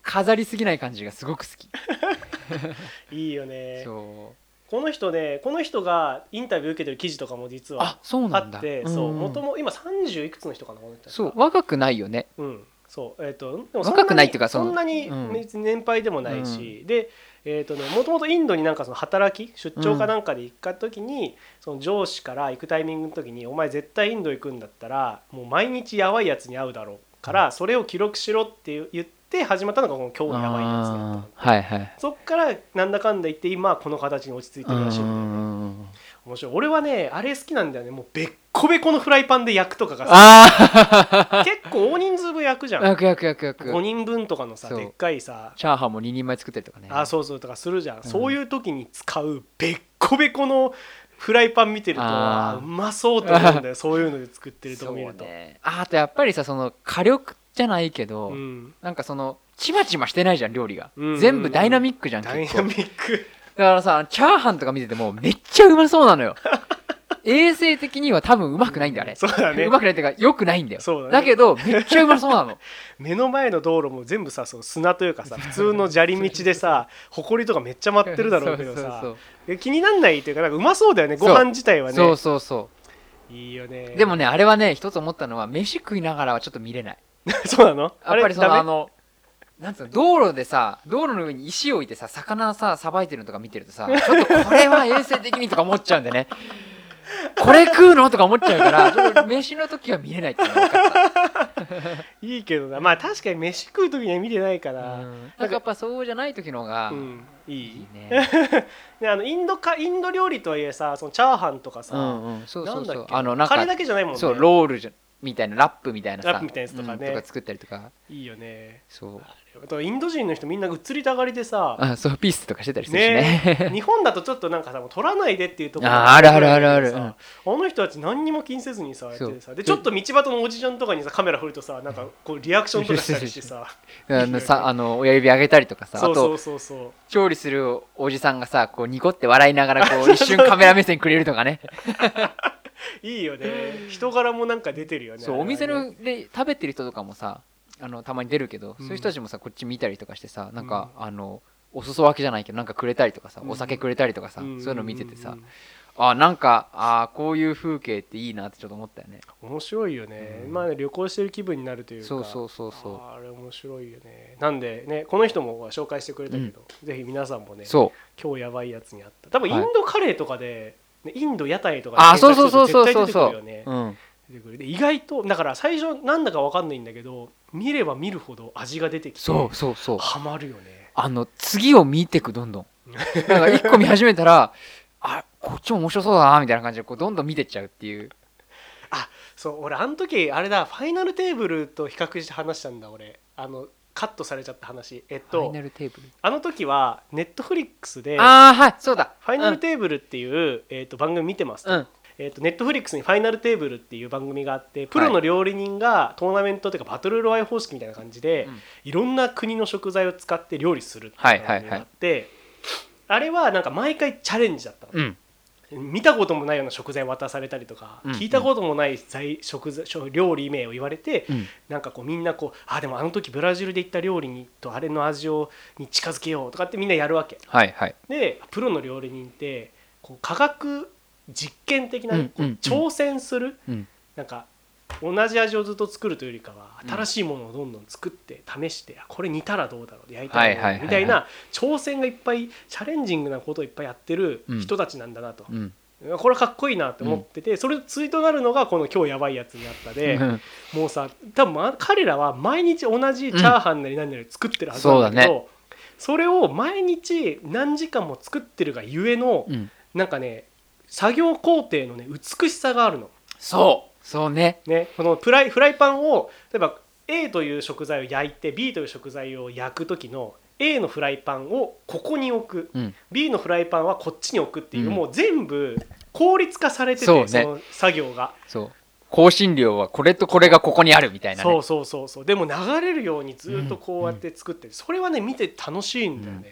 飾りすぎない感じがすごく好きいいよね。 そうこの人がインタビュー受けてる記事とかも実はあって、そう元も今30いくつの人かなこの人。 そう若くないよね。 そうでも若くないっていうかそんなに年配でもないし、でもともとインドになんかその働き出張かなんかで行った時に、その上司から行くタイミングの時に、お前絶対インド行くんだったらもう毎日やばいやつに会うだろうから、それを記録しろって言って始まったのがこの今日のやばいやつだったの。 はいはい、 そっからなんだかんだ言って今はこの形に落ち着いてるらしいんだよね。面白い。俺はねあれ好きなんだよね。もうべっこべこのフライパンで焼くとかがさ結構大人数分焼くじゃん。 焼く 5人分とかのさでっかいさチャーハンも2人前作ったりとかね。 そうとかするじゃん、そういう時に使うべっこべこのフライパン見てるとうまそうと思うんだよそういうので作ってるとこ見ると。 あとやっぱりさ、その火力じゃないけど、なんかそのちまちましてないじゃん料理が、全部ダイナミックじゃん。 ダイナミックだからさ、チャーハンとか見ててもめっちゃうまそうなのよ衛生的には多分うまくないんだよね。 そうだね。 うまくないっていうか良くないんだよ。 そうだね。 だけどめっちゃうまそうなの目の前の道路も全部さ、その砂というかさ、普通の砂利道でさ、埃とかめっちゃ舞ってるだろうけどさ、気になんないっていうか、なんかうまそうだよね、ご飯自体はね。 そういいよね。 でもね、あれはね、一つ思ったのは飯食いながらはちょっと見れないそうなの？ やっぱりそのなんつうの、道路でさ、道路の上に石を置いてさ、魚さばいてるのとか見てるとさ、ちょっとこれは衛生的にとか思っちゃうんでねこれ食うのとか思っちゃうから、ちょっと飯の時は見れないっていうのが分かったいいけどな、まあ確かに飯食う時には見てないから、 なんかやっぱそうじゃない時の方がいいねインド料理とはいえさ、そのチャーハンとかさ、なんだっけ、カレーだけじゃないもんね。 そうロールみたいな、ラップみたいなさ、 ラップみたいなやつとかね、 とか作ったりとかいいよね。 そうインド人の人みんな移りたがりでさ、 そうピースとかしてたりするしね日本だとちょっとなんかさ、もう取らないでっていうところあるあの人たち何にも気にせずにさやっててさ、でちょっと道端のおじちゃんとかにさカメラ振るとさ、なんかこうリアクションとかしたりしてさ親指上げたりとかさ、あと調理するおじさんがさ、こうニコって笑いながらこう一瞬カメラ目線くれるとかねいいよね。人柄もなんか出てるよね。 そうお店で食べてる人とかもさ、たまに出るけど、そういう人たちもさこっち見たりとかしてさ、なんかお裾分けじゃないけどなんかくれたりとかさ、お酒くれたりとかさ、そういうの見ててさ、なんかこういう風景っていいなってちょっと思ったよね。 面白いよね。まあ旅行してる気分になるというか、 そうあれ面白いよね。なんでね、この人も紹介してくれたけど、ぜひ皆さんもね、今日やばいやつにあった、多分インドカレーとかでインド屋台とかで検索すると絶対出てくるよね。で意外とだから最初なんだか分かんないんだけど、見れば見るほど味が出てきてハマるよね。 次を見てく、どんどんなんか1個見始めたらこっちも面白そうだなみたいな感じでこうどんどん見てっちゃうっていう。 そう俺あの時あれだ、ファイナルテーブルと比較して話したんだ俺、カットされちゃった話。ファイナルテーブル、あの時はネットフリックスでそうだ、 ファイナルテーブルっていう、番組見てますと、ネットフリックスにファイナルテーブルっていう番組があって、プロの料理人がトーナメントというかバトルロワイヤル方式みたいな感じで、いろんな国の食材を使って料理するっていう番組があって、あれはなんか毎回チャレンジだったの、見たこともないような食材を渡されたりとか、聞いたこともない料理名を言われて、なんかこうみんなこうでもあの時ブラジルで行った料理にとあれの味に近づけようとかってみんなやるわけ、でプロの料理人ってこう科学実験的な、挑戦する、なんか同じ味をずっと作るというよりかは新しいものをどんどん作って試して、これ煮たらどうだろう、焼いたらどうだろうみたいな挑戦がいっぱい、チャレンジングなことをいっぱいやってる人たちなんだなと、これかっこいいなって思ってて、それ対となるのがこの今日やばいやつにあったで、もうさ多分彼らは毎日同じチャーハンなり何なり作ってるはずなんだけど、それを毎日何時間も作ってるがゆえの、なんかね作業工程のね美しさがあるの。そうね、このフライパンを例えば A という食材を焼いて B という食材を焼く時の A のフライパンをここに置く、B のフライパンはこっちに置くっていう、もう全部効率化されてて、その作業が香辛料はこれとこれがここにあるみたいなね。 そうでも流れるようにずっとこうやって作ってる、それはね見て楽しいんだよね。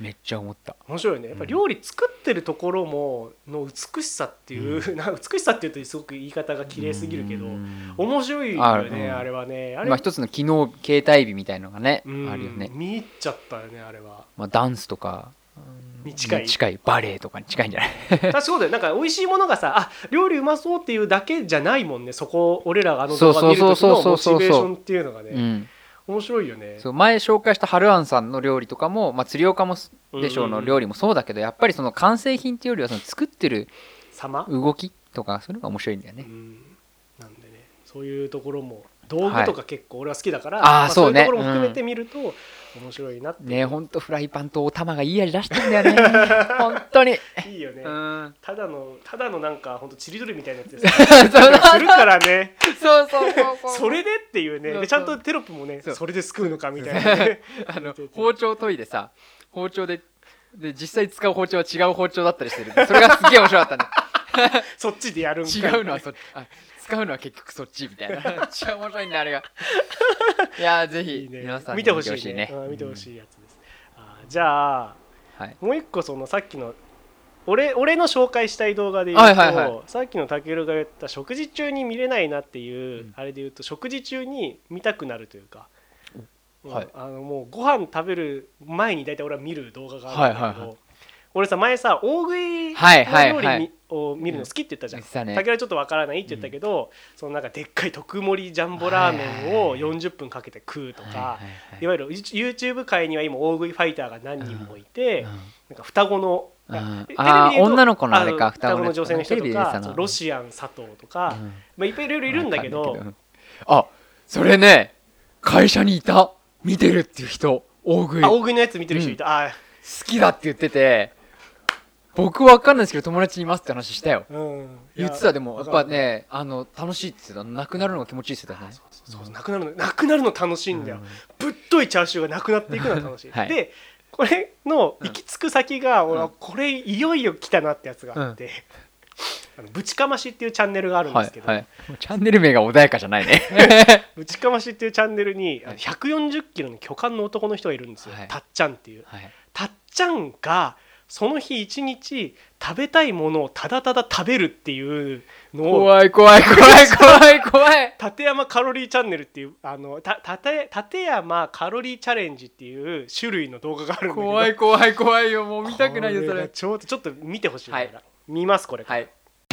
めっちゃ思った。 面白いね。やっぱ料理作ってるところもの美しさっていう、美しさっていうとすごく言い方が綺麗すぎるけど、面白いよね、あれはね。あれ一つの機能形態美みたいのがね、あるよね。 見入っちゃったよねあれは。 ダンスとかに近いバレエとかに近いんじゃない？ 確かそうだよ。なんか美味しいものがさ、料理うまそうっていうだけじゃないもんね。そこ俺らが動画見る時のモチベーションっていうのがね、面白いよね。 そう前紹介した春庵さんの料理とかも、釣り岡もでしょうの料理もそうだけど、やっぱりその完成品っていうよりはその作ってる動きとかそういうのが面白いんだよね。 なんでね、そういうところも道具とか結構俺は好きだから、そういうところも含めて見ると面白いなってね。ほんとフライパンとお玉がいい味出してんだよね。本当にいいよね。ただのなんかほんとちり取りみたいなやつでするからね。 そうそれでっていうね。でちゃんとテロップもね、それですくうのかみたいなね。 包丁研いでさ、包丁で実際使う包丁は違う包丁だったりしてる。それがすげえ面白かったね。 そっちでやるんかい。 違うのはそっち、使うのは結局そっちみたいな。超面白いねあれが。いやぜひ皆さん見てほしいね。見てほしいやつです。じゃあもう一個そのさっきの俺の紹介したい動画で言うと、さっきのたけるが言った食事中に見れないなっていうあれで言うと、食事中に見たくなるというか、もうご飯食べる前に大体俺は見る動画があるんだけど、俺さ前さ大食いの料理を見るの好きって言ったじゃん。たけるはちょっとわからないって言ったけど、そのなんかでっかい特盛りジャンボラーメンを40分かけて食うとか、いわゆる YouTube 界には今大食いファイターが何人もいて、なんか双子の女の子のあれか、 双子の女性の人とかロシアン佐藤とか、いっぱいいろいろいるんだけど、 それね会社にいた見てるっていう人、大食いのやつ見てる人いた。 好きだって言ってて、僕わかんないですけど友達いますって話したよ。言ってた。でもやっぱね楽しいって言ってた。なくなるのが気持ちいいって言ってたね。 そうなくなるの楽しいんだよ。ぶっといチャーシューがなくなっていくのが楽しい。でこれの行き着く先が俺はこれいよいよ来たなってやつがあって、ぶちかましっていうチャンネルがあるんですけど、 チャンネル名が穏やかじゃないね。 ぶちかましっていうチャンネルに140キロの巨漢の男の人がいるんですよ。たっちゃんっていう。たっちゃんがその日一日食べたいものをただただ食べるっていうのを、 怖い立山カロリーチャンネルっていう立山カロリーチャレンジっていう種類の動画があるんだけど、 怖いよ。もう見たくないよそれ。 ちょっと見てほしいから、見ますこれ。はい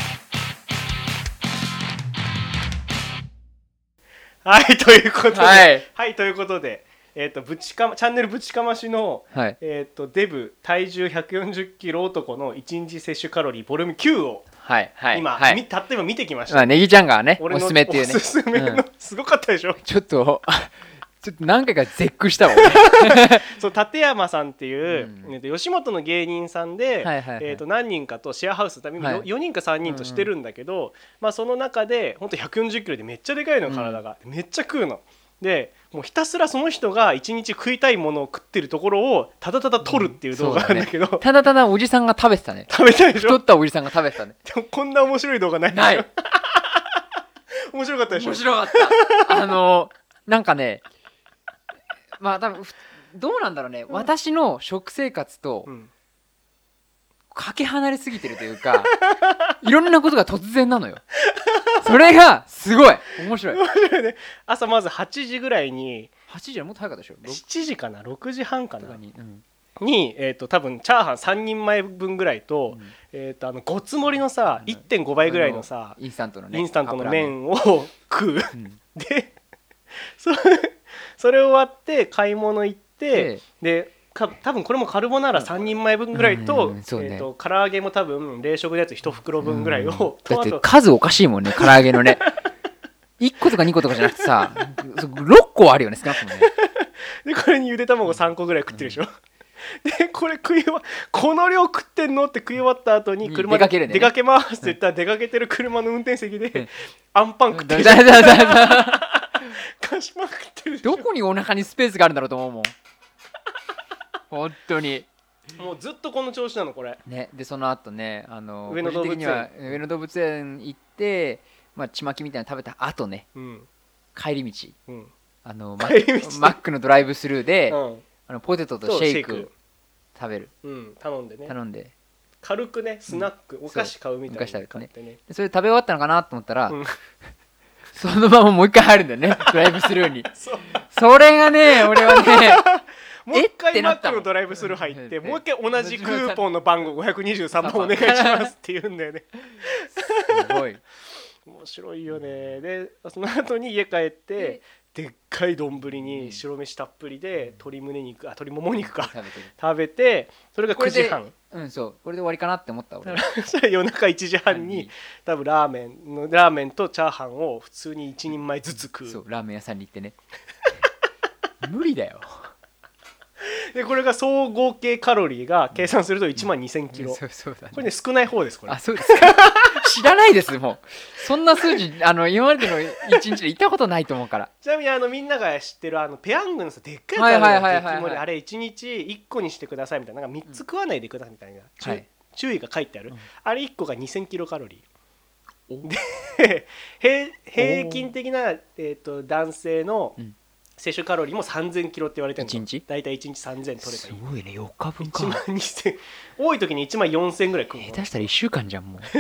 ということで、チャンネルぶちかましの、デブ体重140キロ男の1日摂取カロリーボリューム9を今たった今見てきました。 ネギちゃんがねおすすめっていうね。 おすすめのすごかったでしょ。 ちょっと何回か絶句したわ。 そう立山さんっていう吉本の芸人さんで何人かとシェアハウス4人か3人としてるんだけど、その中で本当140キロでめっちゃでかいの、体がめっちゃ食うので、もうひたすらその人が一日食いたいものを食ってるところをただただ撮るっていう動画なんだけど、 ただただおじさんが食べてたね。 食べたいでしょ。 太ったおじさんが食べてたね。 でもこんな面白い動画ないでしょ。面白かったでしょ。 面白かった。なんかね、多分どうなんだろうね、私の食生活とかけ離れすぎてるというか、いろんなことが突然なのよ。それがすごい面白い。 ね、朝まず8時ぐらいに、 8時はもっと早かったでしょ。 7時かな、6時半かなに、多分チャーハン3人前分ぐらいと、ごつ盛りのさ 1.5 倍ぐらいのさインスタントの麺を食う。でそれ終わって買い物行って、で多分これもカルボナーラ3人前分ぐらいと、唐揚げも多分冷食のやつ1袋分ぐらいを、 だって数おかしいもんね、唐揚げのね。1個とか2個とかじゃなくてさ、6個あるよね、少なくともね。 でこれにゆで卵3個ぐらい食ってるでしょ。でこれこの量食ってんのって食い終わった後に車で出かけますって言ったら、出かけてる車の運転席でアンパン食ってる。菓子パン食ってるでしょ。 どこにお腹にスペースがあるんだろうと思うもん。本当にもうずっとこの調子なのこれ、 ね。でその後ね、 上野動物園行って、ちまきみたいなの食べた後ね、帰り道、マックのドライブスルーで、ポテトとシェイク食べる、 頼んでね、軽くねスナック、お菓子買うみたいな買ってね、 それ食べ終わったのかなと思ったら、そのままもう一回入るんだよねドライブスルーにそれがね俺はねもう一回マックのドライブスルー入ってもう一回同じクーポンの番号523番お願いしますって言うんだよねすごい面白いよね。でその後に家帰ってでっかい丼に白飯たっぷりで鶏もも肉か食べて、それが9時半。 そうこれで終わりかなって思った俺そしたら夜中1時半に多分ラーメンとチャーハンを普通に1人前ずつ食う。 そうラーメン屋さんに行ってね無理だよでこれが総合計カロリーが計算すると1万2000キロ、 そうだね、 これね少ない方ですこれ。 あそうですか知らないですもうそんな数字今までの1日で行ったことないと思うから。 ちなみにみんなが知ってるペヤングのさでっかいやつあれ1日1個にしてくださいみたいな、なんか3つ食わないでくださいみたいな、注意が書いてある、あれ1個が2000キロカロリーで平均的な、男性の摂取カロリーも3000キロって言われてるの。 1日大体1日3000取ればいい。 すごいね、4日分か。 1万2000多い時に1万4000ぐらい食うの。 下手したら1週間じゃんもう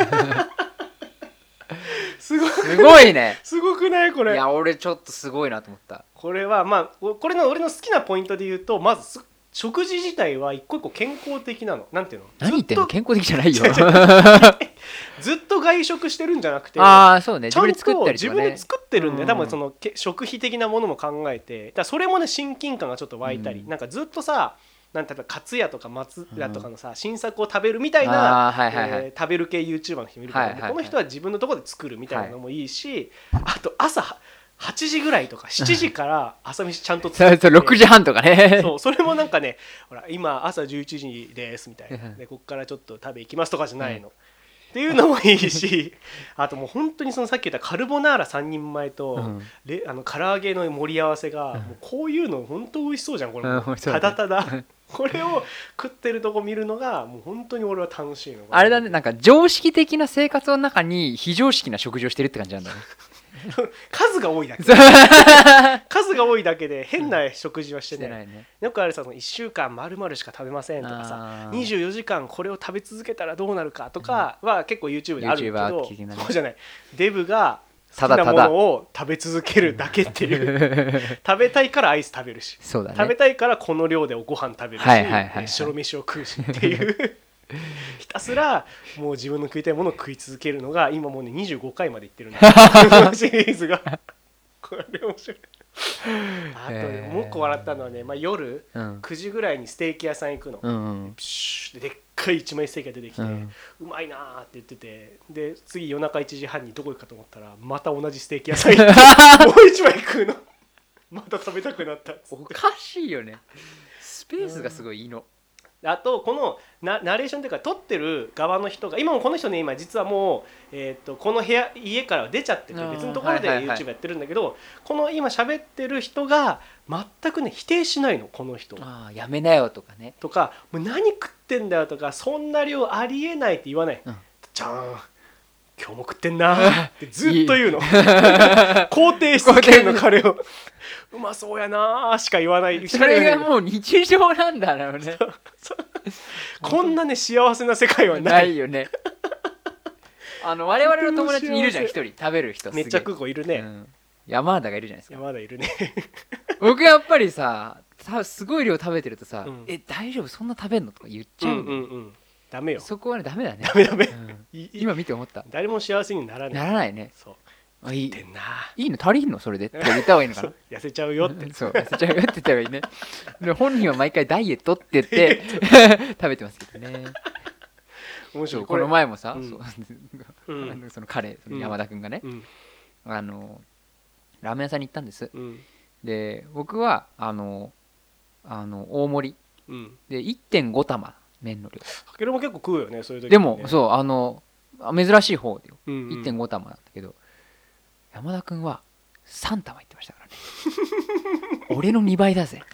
すごいねすごくないこれ。 いや俺ちょっとすごいなと思った。 これはまあこれの俺の好きなポイントで言うと、まず食事自体は一個一個健康的なの。なんていうの、 何言ってんの、健康的じゃないよずっと外食してるんじゃなくて、 ああそうね、 ちゃんと自分で作ってるんで、多分その食費的なものも考えて、だからそれもね親近感がちょっと湧いたり、なんかずっとさ、なんていうかカツヤとか松屋とかのさ、新作を食べるみたいな、食べる系 YouTuber の人もいるけど、この人は自分のところで作るみたいなのもいいし、あと朝8時ぐらいとか7時から朝飯ちゃんと作って 6時半とかねそれもなんかね、ほら今朝11時ですみたいなで、ここからちょっと食べ行きますとかじゃないの、っていうのもいいし、あともう本当にそのさっき言ったカルボナーラ3人前と、唐揚げの盛り合わせが、もうこういうの本当美味しそうじゃんこれ、ただただこれを食ってるとこ見るのがもう本当に俺は楽しいの。 あれだね、なんか常識的な生活の中に非常識な食事をしてるって感じなんだね数が多いだけ数が多いだけで変な食事はしてない、よくあるさ、1週間丸々しか食べませんとかさ、24時間これを食べ続けたらどうなるかとかは結構 YouTube であるけど、そうじゃない、デブが好きなものを食べ続けるだけっていう食べたいからアイス食べるし、食べたいからこの量でご飯食べるし、白飯を食うしっていうひたすらもう自分の食いたいものを食い続けるのが今もうね25回までいってるんだシリーズがこれ面白い。あともう一個笑ったのはね、夜9時ぐらいにステーキ屋さん行くの、プシュでっかい1枚ステーキが出てきて、うまいなーって言ってて、で次夜中1時半にどこ行くかと思ったらまた同じステーキ屋さん行ってもう1枚食うのまた食べたくなったっつって。 おかしいよね、スペースがすごいいいの。 あとこのナレーションというか撮ってる側の人が今もこの人ね、今実はもう、この家から出ちゃってて別のところで YouTube やってるんだけど、この今喋ってる人が全くね否定しないの、この人。 やめなよとかね、 とかもう何食ってんだよとか、そんな量ありえないって言わない、じゃん今日も食ってんなってずっと言うの肯定し続けるの彼をうまそうやなしか言わない。 それがもう日常なんだろうねこんなね幸せな世界はないよね我々の友達にいるじゃん、一人食べる人めっちゃ食う子いるね、 山田がいるじゃないですか。 山田いるね僕やっぱりさすごい量食べてるとさ、大丈夫そんな食べんのとか言っちゃう。 ダメよ、 そこはねダメだね。 ダメ、 今見て思った。 誰も幸せにならないね。 そういいの足りんのそれでって言った方がいいのかな痩せちゃうよってそう痩せちゃうよって言った方がいいねで本人は毎回ダイエットって言って食べてますけどね。面白い。この前もさ、その彼山田君がね、ラーメン屋さんに行ったんです、で僕は大盛り、で 1.5 玉麺の量。 かけるも結構食うよねそういう時、 でもそう珍しい方でよ、1.5 玉なんだけど山田君は3玉いってましたからね俺の2倍だぜ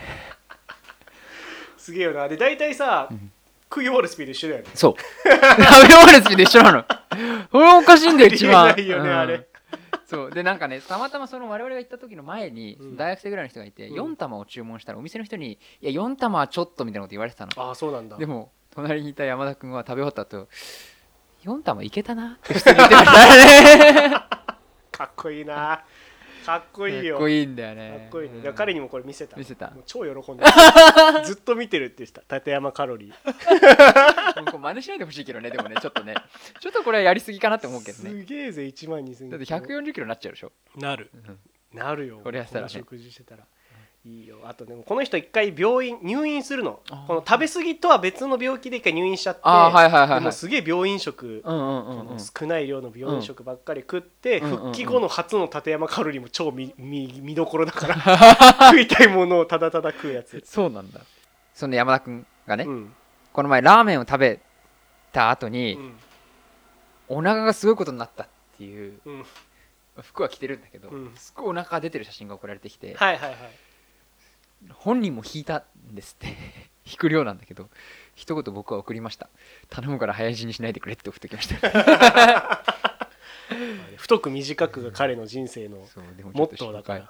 すげえよな。で大体さ、食い終わるスピード一緒だよね。 そう食べ終わるスピード一緒なのこれおかしいんだよ一番。 ありえないよね、あれそうでなんかねたまたまその我々が行った時の前に大学生ぐらいの人がいて、4玉を注文したらお店の人にいや4玉はちょっとみたいなこと言われてたの。 ああそうなんだ。 でも隣にいた山田君は食べ終わった後4玉いけたなって普通に言ってましたね。 かっこいいな。かっこいいよ。 かっこいいんだよね。 かっこいいね。彼にもこれ見せた。 見せた。 もう超喜んでる。ずっと見てるって言ってた。立山カロリー。 真似しないでほしいけどね。でもねちょっとねちょっとこれはやりすぎかなって思うけどね。 すげえぜ1万2000。 だって140キロになっちゃうでしょ。 なる。なるよ。 これやったらね。 食事してたら。いいよ。あとでもこの人一回入院するの。この食べ過ぎとは別の病気で一回入院しちゃって、でもすげえ病院食、少ない量の病院食ばっかり食って、復帰後の初の立山カロリーも超見どころだから食いたいものをただただ食うやつ。 そうなんだ。その山田君がね、この前ラーメンを食べた後に、お腹がすごいことになったっていう、服は着てるんだけど、すごいお腹が出てる写真が送られてきて、本人も引いたんですって引く量なんだけど一言僕は送りました。頼むから早死にしないでくれって送ってきました太く短くが彼の人生のモットーだから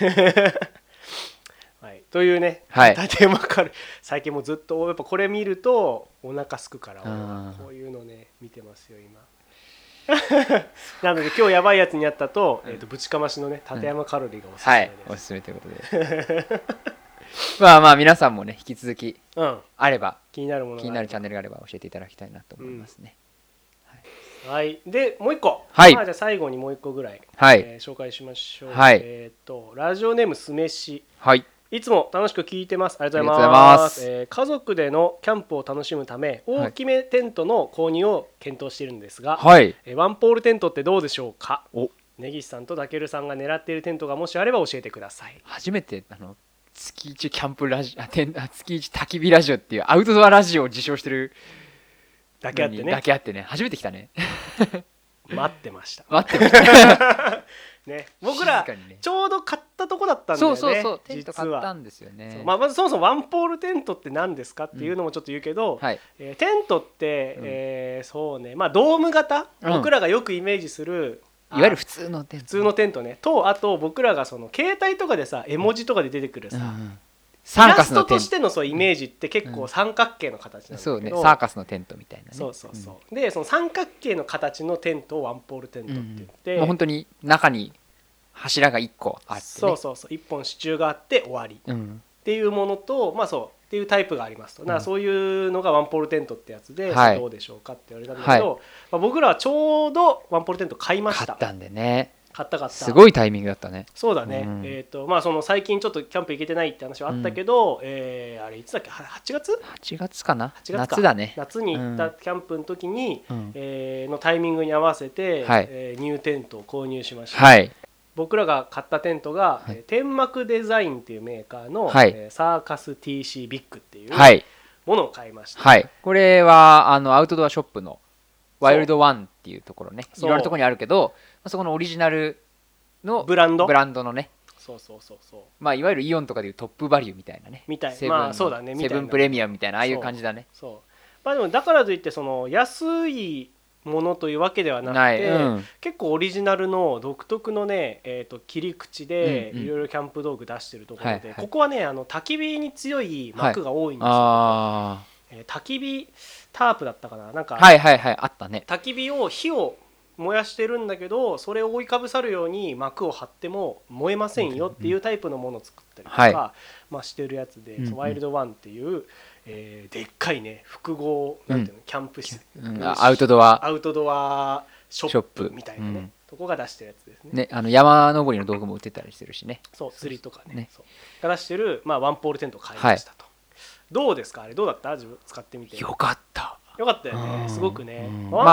はい、というね、立山カロリー最近もずっとやっぱこれ見るとお腹すくからこういうのね見てますよ今なので今日やばいやつにあったと、ぶちかましのね立山カロリーがおすすめです、 おすすめということでまあ皆さんもね引き続きあれば、 気になるもの気になるチャンネルがあれば教えていただきたいなと思いますね。 はい、でもう一個、じゃあ最後にもう一個ぐらい、紹介しましょう。ラジオネームすめし、いつも楽しく聞いてます。ありがとうございます。家族でのキャンプを楽しむため大きめテントの購入を検討しているんですが、ワンポールテントってどうでしょうか。根岸さんとたけるさんが狙っているテントがもしあれば教えてください。 初めて月一キャンプラジオ月一焚き火ラジオっていうアウトドアラジオを自称してるだけあってね初めて来たね待ってましたね、僕らちょうど買ったとこだったんだよね。 そうテント買ったんですよね。 まずそもそもワンポールテントって何ですかっていうのもちょっと言うけど、テントって、そうね、ドーム型、僕らがよくイメージするいわゆる普通のテントねと、あと僕らがその携帯とかでさ絵文字とかで出てくるさ、イラストとしてのイメージって結構三角形の形なんだけど、 そうね、サーカスのテントみたいなね。 そうでその三角形の形のテントをワンポールテントって言って、 もう本当に中に柱が1個あって、 そう1本支柱があって終わりっていうものと、っていうタイプがありますと。だからそういうのがワンポールテントってやつで、どうでしょうかって言われたんだけど、僕らはちょうどワンポールテント買いました。 買ったんでね。 買ったすごいタイミングだったね。 そうだね、その最近ちょっとキャンプ行けてないって話はあったけど、あれいつだっけ、8月かな。 夏だね。夏に行ったキャンプの時に、のタイミングに合わせて、ニューテントを購入しました。僕らが買ったテントが、天幕デザインっていうメーカーの、サーカス TC ビッグっていうものを買いました。 これはアウトドアショップのワイルドワンっていうところね、いろんなところにあるけど、そこのオリジナルのブランドのね、いわゆるイオンとかでいうトップバリューみたいなね、セブンプレミアムみたいなああいう感じだね。 でもだからといってその安いものというわけではなくて、結構オリジナルの独特のね、切り口でいろいろキャンプ道具出してるところで、ここはね焚き火に強い幕が多いんですよ。焚き火タープだったかな、なんかあったね。 焚き火を火を燃やしてるんだけど、それを覆いかぶさるように膜を張っても燃えませんよっていうタイプのものを作ったりとか、してるやつで、ワイルドワンっていうでっかいね複合なんていうの、キャンプ施設、 アウトドアショップみたいなね、とこが出してるやつですね。 山登りの道具も売ってたりしてるしね。 釣りとかねが出してる、ワンポールテントを買いましたと。どうですか、あれどうだった？自分使ってみて。 よかったよよね、すごくね。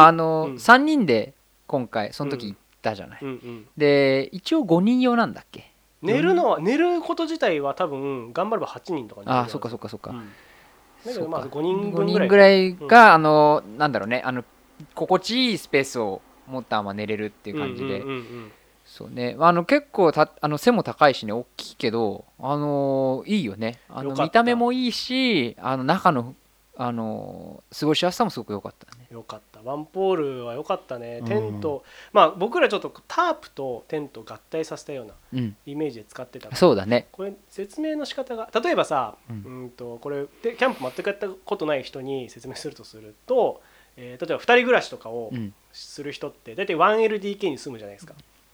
3人で今回その時行ったじゃない。で一応5人用なんだっけ。 寝ること自体は多分頑張れば8人とかになる。 そっか。 だけど5人分ぐらいがなんだろうね、心地いいスペースを持ったまま寝れるっていう感じで、そうね、結構背も高いしね、大きいけどいいよね。見た目もいいし中の過ごしやすさもすごく良かったね。 よかった。ワンポールはよかったね。テント、まあ僕らちょっとタープとテント合体させたようなイメージで使ってたから、 そうだね。 これ説明の仕方が、例えばさ、これでキャンプ全くやったことない人に説明すると、例えば2人暮らしとかをする人って大体 1LDK に住むじゃないですか。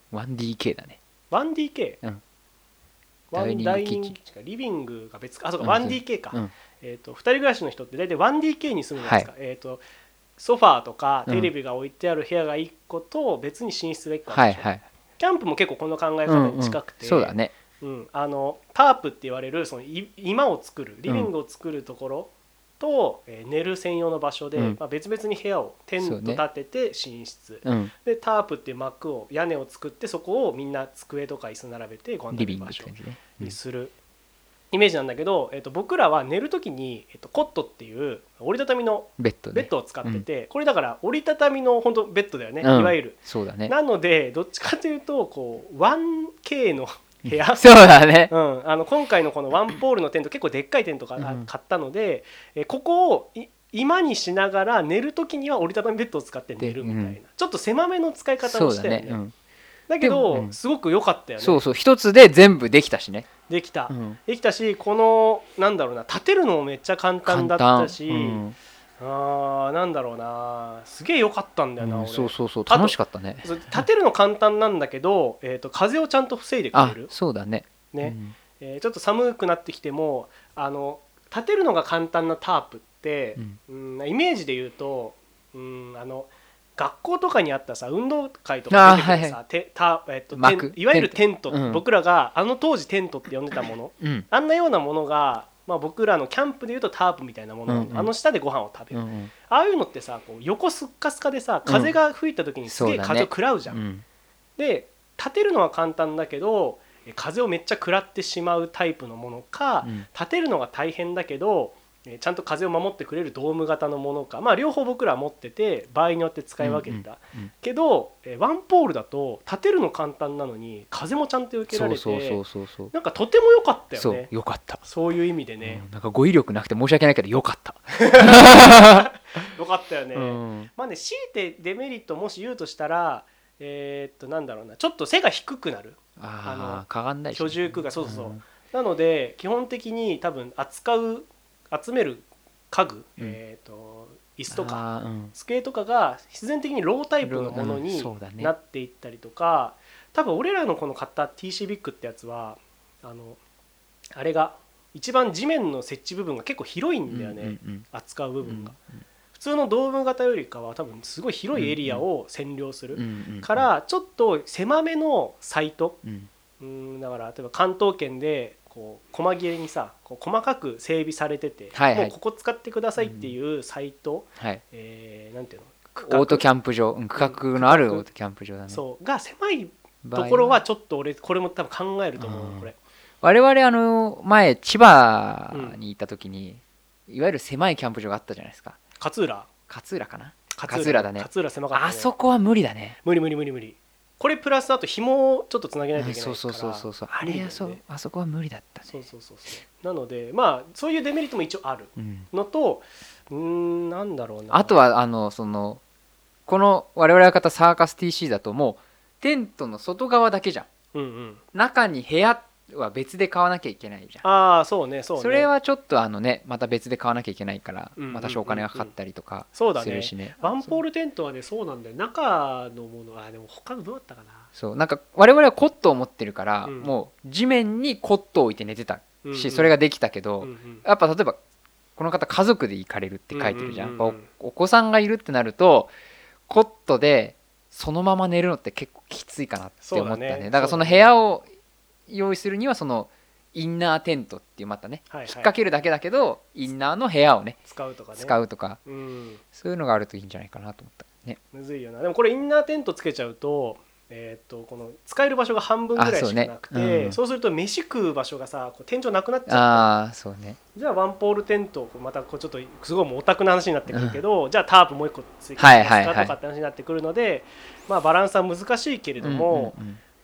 1DK だね。 1DK、 ダイニングキッチン、 リビングが別か、あ、そうか 1DK か、2人暮らしの人って大体 1DK に住むじゃないですか、ソファーとかテレビが置いてある部屋が1個と別に寝室が1個あるでしょ、キャンプも結構この考え方に近くて、 そうだね、 タープって言われるその居間を作るリビングを作るところと、寝る専用の場所で、別々に部屋をテント立てて寝室、でタープっていう幕を屋根を作ってそこをみんな机とか椅子並べてご飯食べる場所にするイメージなんだけど、僕らは寝る時に、コットっていう折りたたみのベッドを使ってて、これだから折りたたみの本当ベッドだよね、いわゆる。 そうだね。 なのでどっちかというとこう 1K の部屋そうだね、 今回のこのワンポールのテント結構でっかいテント買ったので、ここを居間にしながら寝る時には折りたたみベッドを使って寝るみたいな、ちょっと狭めの使い方をしたよね。だけどすごく良かったよね。 そうそう、一つで全部できたしね。 できたし、このなんだろうな、立てるのもめっちゃ簡単だったし、なんだろうな、すげえ良かったんだよな、俺。 そう楽しかったね。 立てるの簡単なんだけど、風をちゃんと防いでくれる。 そうだね。 ちょっと寒くなってきても立てるのが簡単なタープって、イメージで言うと、学校とかにあったさ運動会とか出てくるさ、いわゆるテント、僕らが当時テントって呼んでたもの、あんなようなものが、僕らのキャンプでいうとタープみたいなもの、下でご飯を食べる、ああいうのってさこう横スッカスカでさ風が吹いた時にすげえ風を食らうじゃん。で立てるのは簡単だけど風をめっちゃ食らってしまうタイプのものか、立てるのが大変だけどちゃんと風を守ってくれるドーム型のものか、両方僕らは持ってて場合によって使い分けてた、けどワンポールだと立てるの簡単なのに風もちゃんと受けられて、なんかとても良かったよね。 そう良かった、 そういう意味でね、 なんか語彙力なくて申し訳ないけど良かった良かったよね。強いてデメリットもし言うとしたらなんだろうな、ちょっと背が低くなる、 かがんないし、 居住空間、そうなので基本的に多分集める家具、椅子とか、机とかが必然的にロータイプのものになっていったりとか、多分俺らのこの買った TC ビッグってやつはあれが一番地面の設置部分が結構広いんだよね、扱う部分が。普通のドーム型よりかは多分すごい広いエリアを占領するからちょっと狭めのサイト、だから例えば関東圏でこう細切れにさこう細かく整備されてて、もうここ使ってくださいっていうサイト、なんていうの、 オートキャンプ場、区画のあるオートキャンプ場だね。 そうが狭いところはちょっと俺これも多分考えると思う。これ我々前千葉にいた時に、いわゆる狭いキャンプ場があったじゃないですか。 勝浦かな。勝浦だね。 勝浦狭かったね。 あそこは無理だね。 無理。これプラスあと紐をちょっとつなげないといけないから、 あそこは無理だったね。 なのでそういうデメリットも一応あるのと、なんだろうな、 あとはこの我々が買ったサーカス TC だともうテントの外側だけじゃん、中に部屋は別で買わなきゃいけないじゃん。そうね。それはちょっとまた別で買わなきゃいけないから、またお金がかかったりとかするしね。 ワンポールテントはねそうなんだよ。中のものはでも他のどうだったかな。 そうなんか我々はコットを持ってるから、もう地面にコットを置いて寝てたし、それができたけど、やっぱ例えばこの方家族で行かれるって書いてるじゃん。お子さんがいるってなるとコットでそのまま寝るのって結構きついかなって思ったね。だからその部屋を用意するにはそのインナーテントっていうまたね、引っ掛けるだけだけどインナーの部屋をね使うとか、そういうのがあるといいんじゃないかなと思ったね。 むずいよな。でもこれインナーテントつけちゃうとこの使える場所が半分ぐらいしかなくて、そうすると飯食う場所がさこう天井なくなっちゃう。じゃあワンポールテントまたこうちょっとすごいもうオタクな話になってくるけど、じゃあタープもう一個追加しますかとかって話になってくるので、バランスは難しいけれども、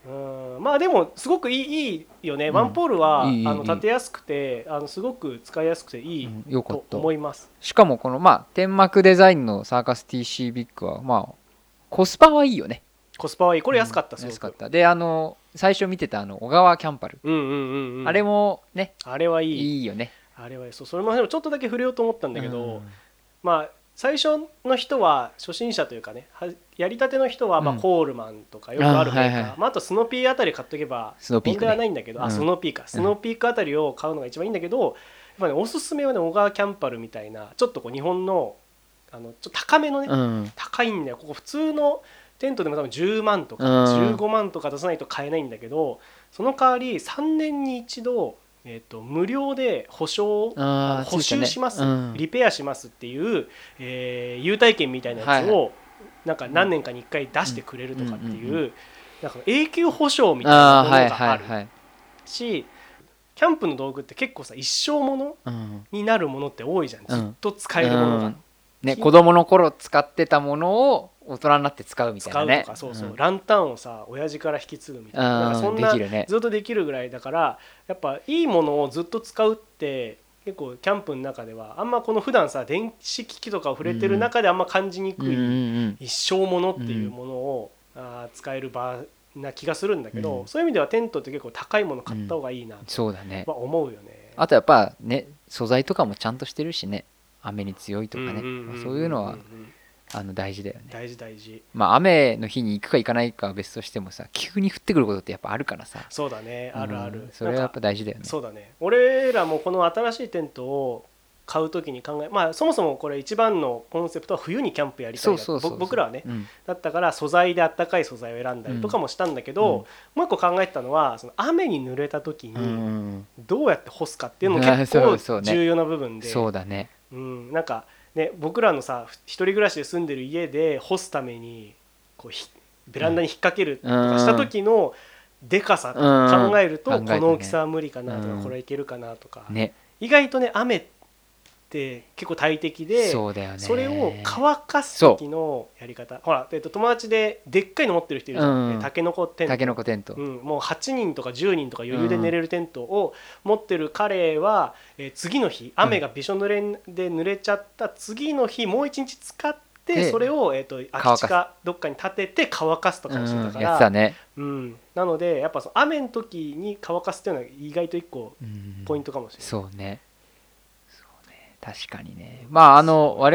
まあでもすごくいいよね、ワンポールは立てやすくてすごく使いやすくていいと思います。 しかもこの天幕デザインのサーカス TC ビッグはコスパはいいよね。 コスパはいい。これ安かった、すごく安かった。で最初見てた小川キャンパル、あれもね、 あれはいいよね。 あれはそれもでもちょっとだけ触れようと思ったんだけど、まあ最初の人は初心者というかね、やりたての人はコールマンとかよくあるメーカー、あとスノーピーあたり買っとけば問題はないんだけど、スノーピーか、スノーピークあたりを買うのが一番いいんだけど、やっぱねおすすめはね小川キャンパルみたいなちょっとこう日本のちょっと高めのね、高いんだよ。ここ普通のテントでも多分10万とか15万とか出さないと買えないんだけど、その代わり3年に一度無料で補修します、リペアしますっていう、優待券みたいなやつをなんか何年かに1回出してくれるとかっていうなんか永久保証みたいなものがあるし、キャンプの道具って結構さ一生ものになるものって多いじゃん、ずっと使えるものが。 ね、子供の頃使ってたものを大人になって使うみたいなね。 そうそう、ランタンをさ親父から引き継ぐみたいな、そんなずっとできるぐらいだから、やっぱいいものをずっと使うって結構キャンプの中ではあんまこの普段さ電子機器とか触れてる中であんま感じにくい一生ものっていうものを使える場な気がするんだけど、そういう意味ではテントって結構高いもの買った方がいいなと思うよね。 あとやっぱね素材とかもちゃんとしてるしね、雨に強いとかね、そういうのは大事だよね。 大事。 雨の日に行くか行かないかは別としてもさ、急に降ってくることってやっぱあるからさ。 そうだね、あるある。 それはやっぱ大事だよね。 そうだね。俺らもこの新しいテントを買うときにそもそもこれ一番のコンセプトは冬にキャンプやりたい僕らはね、だったから素材であったかい素材を選んだりとかもしたんだけど、もう一個考えてたのはその雨に濡れた時にどうやって干すかっていうのも結構重要な部分で、 そうだね。 なんかね、僕らのさ一人暮らしで住んでる家で干すためにこうベランダに引っ掛けるとかした時のでかさとか考えると、この大きさは無理かなとか、これはいけるかなとか、意外とね雨って結構大敵で、それを乾かす時のやり方、ほら、友達ででっかいの持ってる人いるじゃん、タケノコテント、もう8人とか10人とか余裕で寝れるテントを持ってる彼は、次の日雨がびしょ濡れで濡れちゃった次の日もう一日使ってそれを空き地かどっかに立てて乾かすとかもしてたから、なのでやっぱその雨の時に乾かすっていうのは意外と一個ポイントかもしれない。 そうね、確かにね。我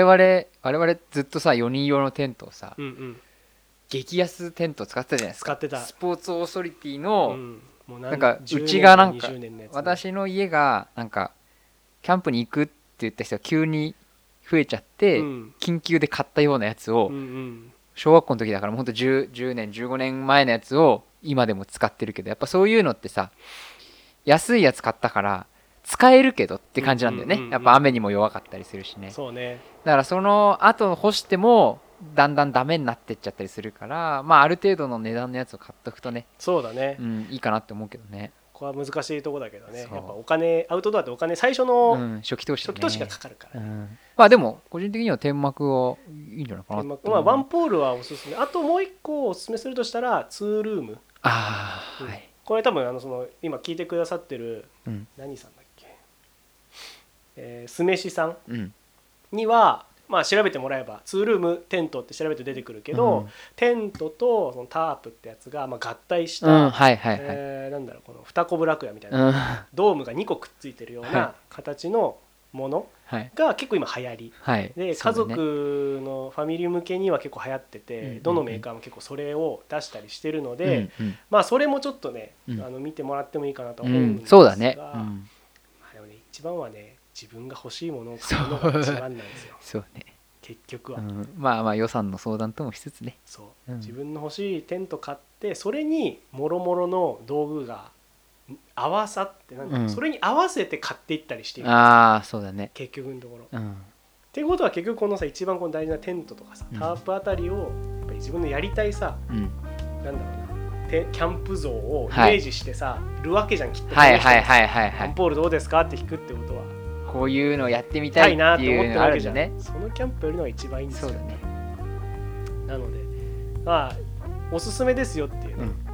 々ずっとさ4人用のテントをさ、激安テント使ってたじゃないですか。 使ってた。 スポーツオーソリティの、なんかうちがなんか私の家がなんかキャンプに行くって言った人が急に増えちゃって、緊急で買ったようなやつを、小学校の時だからもうほんと10年15年前のやつを今でも使ってるけど、やっぱそういうのってさ安いやつ買ったから使えるけどって感じなんだよね。やっぱ雨にも弱かったりするしね。 そうね。 だからその後干してもだんだんダメになってっちゃったりするから、ある程度の値段のやつを買っとくとね、 そうだね、 いいかなって思うけどね。 これは難しいとこだけどね。やっぱお金、アウトドアってお金最初の初期投資がかかるからね。 でも個人的には天幕はいいんじゃないかな。 ワンポールはおすすめ。あともう一個おすすめするとしたらツールーム。これ多分今聞いてくださってる何さんだっけ、酢飯さんには調べてもらえばツールームテントって調べて出てくるけど、テントとそのタープってやつが合体した、なんだろう、この二コブラクヤみたいなドームが2個くっついてるような形のものが結構今流行りで、家族のファミリー向けには結構流行ってて、どのメーカーも結構それを出したりしてるので、それもちょっとね見てもらってもいいかなと思うんですが、 そうだね。 でもね、一番はね自分が欲しいものを買うのが一番なんですよ。 そうね。 結局は、 予算の相談ともしつつね。 そう、自分の欲しいテント買ってそれにもろもろの道具が合わさってそれに合わせて買っていったりしているんですよ。 そうだね。 結局のところ。っていうことは結局このさ一番この大事なテントとかさ、タープあたりをやっぱり自分のやりたいさ、なんだろうな、キャンプ像をイメージしてさ、いるわけじゃんきっと。ワンポールどうですかって聞くってことは。 こういうのをやってみたいなっていうのがあるじゃんね。 そのキャンプやるのが一番いいんですよ。 そうだね。 なのでおすすめですよっていうね、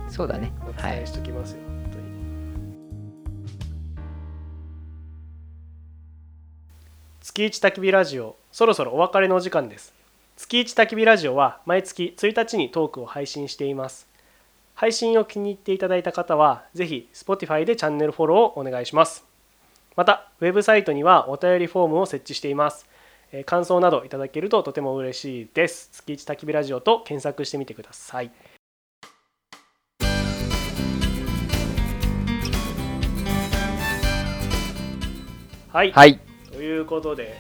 そうだね、 お伝えしておきますよ、本当に。月一焚き火ラジオ、そろそろお別れのお時間です。月一焚き火ラジオは毎月1日にトークを配信しています。配信を気に入っていただいた方はぜひ Spotify でチャンネルフォローをお願いします。またウェブサイトにはお便りフォームを設置しています。感想などいただけるととても嬉しいです。月一焚き火ラジオと検索してみてください。はい、 はい、 ということで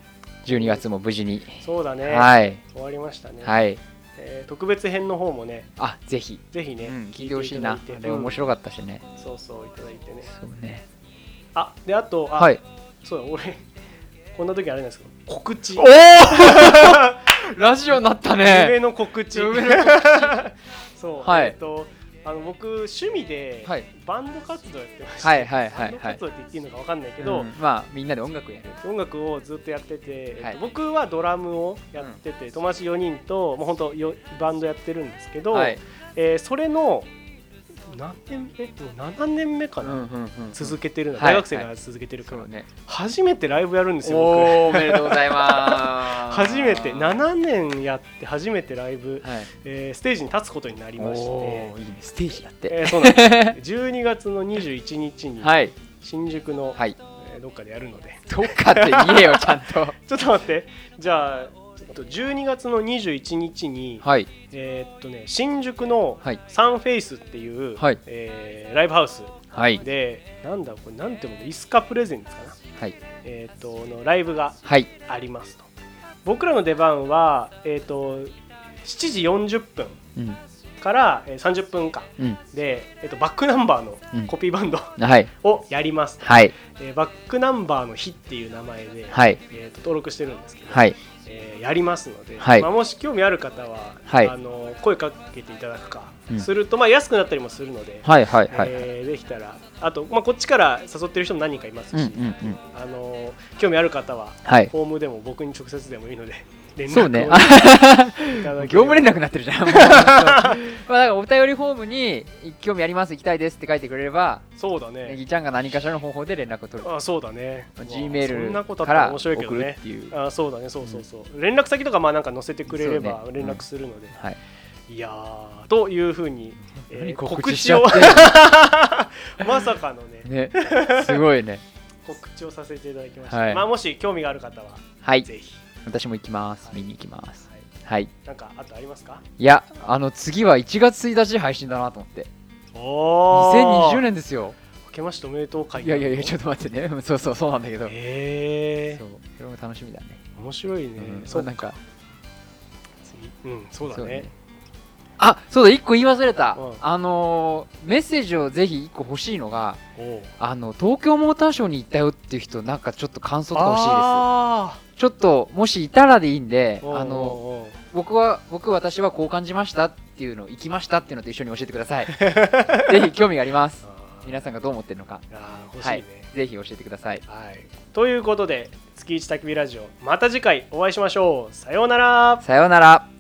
12月も無事に、 そうだね、 はい、 終わりましたね。 はい、 特別編の方もね、 ぜひね、 聞いてほしいな。あれ面白かったしね。 そうそういただいてね。 そうね。 であとはい、 そうだ、俺こんな時あれなんですけど、告知。 おラジオになったね。 夢の告知。そう、 はい、 僕趣味でバンド活動やってまして、バンド活動って言っていいのか分かんないけど、 まあみんなで音楽やる。 音楽をずっとやってて、僕はドラムをやってて、友達4人ともう本当バンドやってるんですけど、それの何年目7年目かな、続けてるの、大学生から続けてるから、初めてライブやるんですよ。僕おめでとうございます。 初めて7年やって初めてライブ、ステージに立つことになりまして。 いいね、ステージだって、 そうなんです。12月の21日に新宿の、どっかでやるので、 どっかって言えよちゃんと。 ちょっと待って、じゃあ12月の21日に、新宿のサンフェイスっていう、ライブハウスで、なんだこれなんていうの、イスカプレゼンツかな、のライブがありますと。僕らの出番は、7時40分から30分間で、バックナンバーのコピーバンドをやりますと。バックナンバーの日っていう名前で登録してるんですけど、やりますので、もし興味ある方は声かけていただくかすると、安くなったりもするので、できたら、あとこっちから誘ってる人も何人かいますし、興味ある方はフォームでも僕に直接でもいいので連絡を業務連絡になってるじゃん。だからお便りフォームに興味あります、行きたいですって書いてくれれば、 そうだね、 ネギちゃんが何かしらの方法で連絡を取る。 そうだね、 G メールから送るっていう。 そうだね、そう連絡先とかなんか載せてくれれば連絡するので、いやーというふうに告知をまさかのね、 すごいね、 告知をさせていただきました。もし興味がある方はぜひ。 私も行きます、見に行きます。 なんかあとありますか？ いや、次は1月1日配信だなと思って。2020年ですよ。 明けましておめでとう会。 いやちょっと待ってね。そうなんだけど、それも楽しみだね。 面白いね。 そう、なんかそうだね。 そうだ、1個言い忘れた。メッセージをぜひ1個欲しいのが、東京モーターショーに行ったよっていう人、なんかちょっと感想とか欲しいです。ちょっともしいたらでいいんで、私はこう感じましたっていうの、行きましたっていうのと一緒に教えてください。ぜひ興味があります。皆さんがどう思ってるのか、ぜひ教えてください。 ということで、月一焚き火ラジオ、また次回お会いしましょう。さようなら。 さようなら。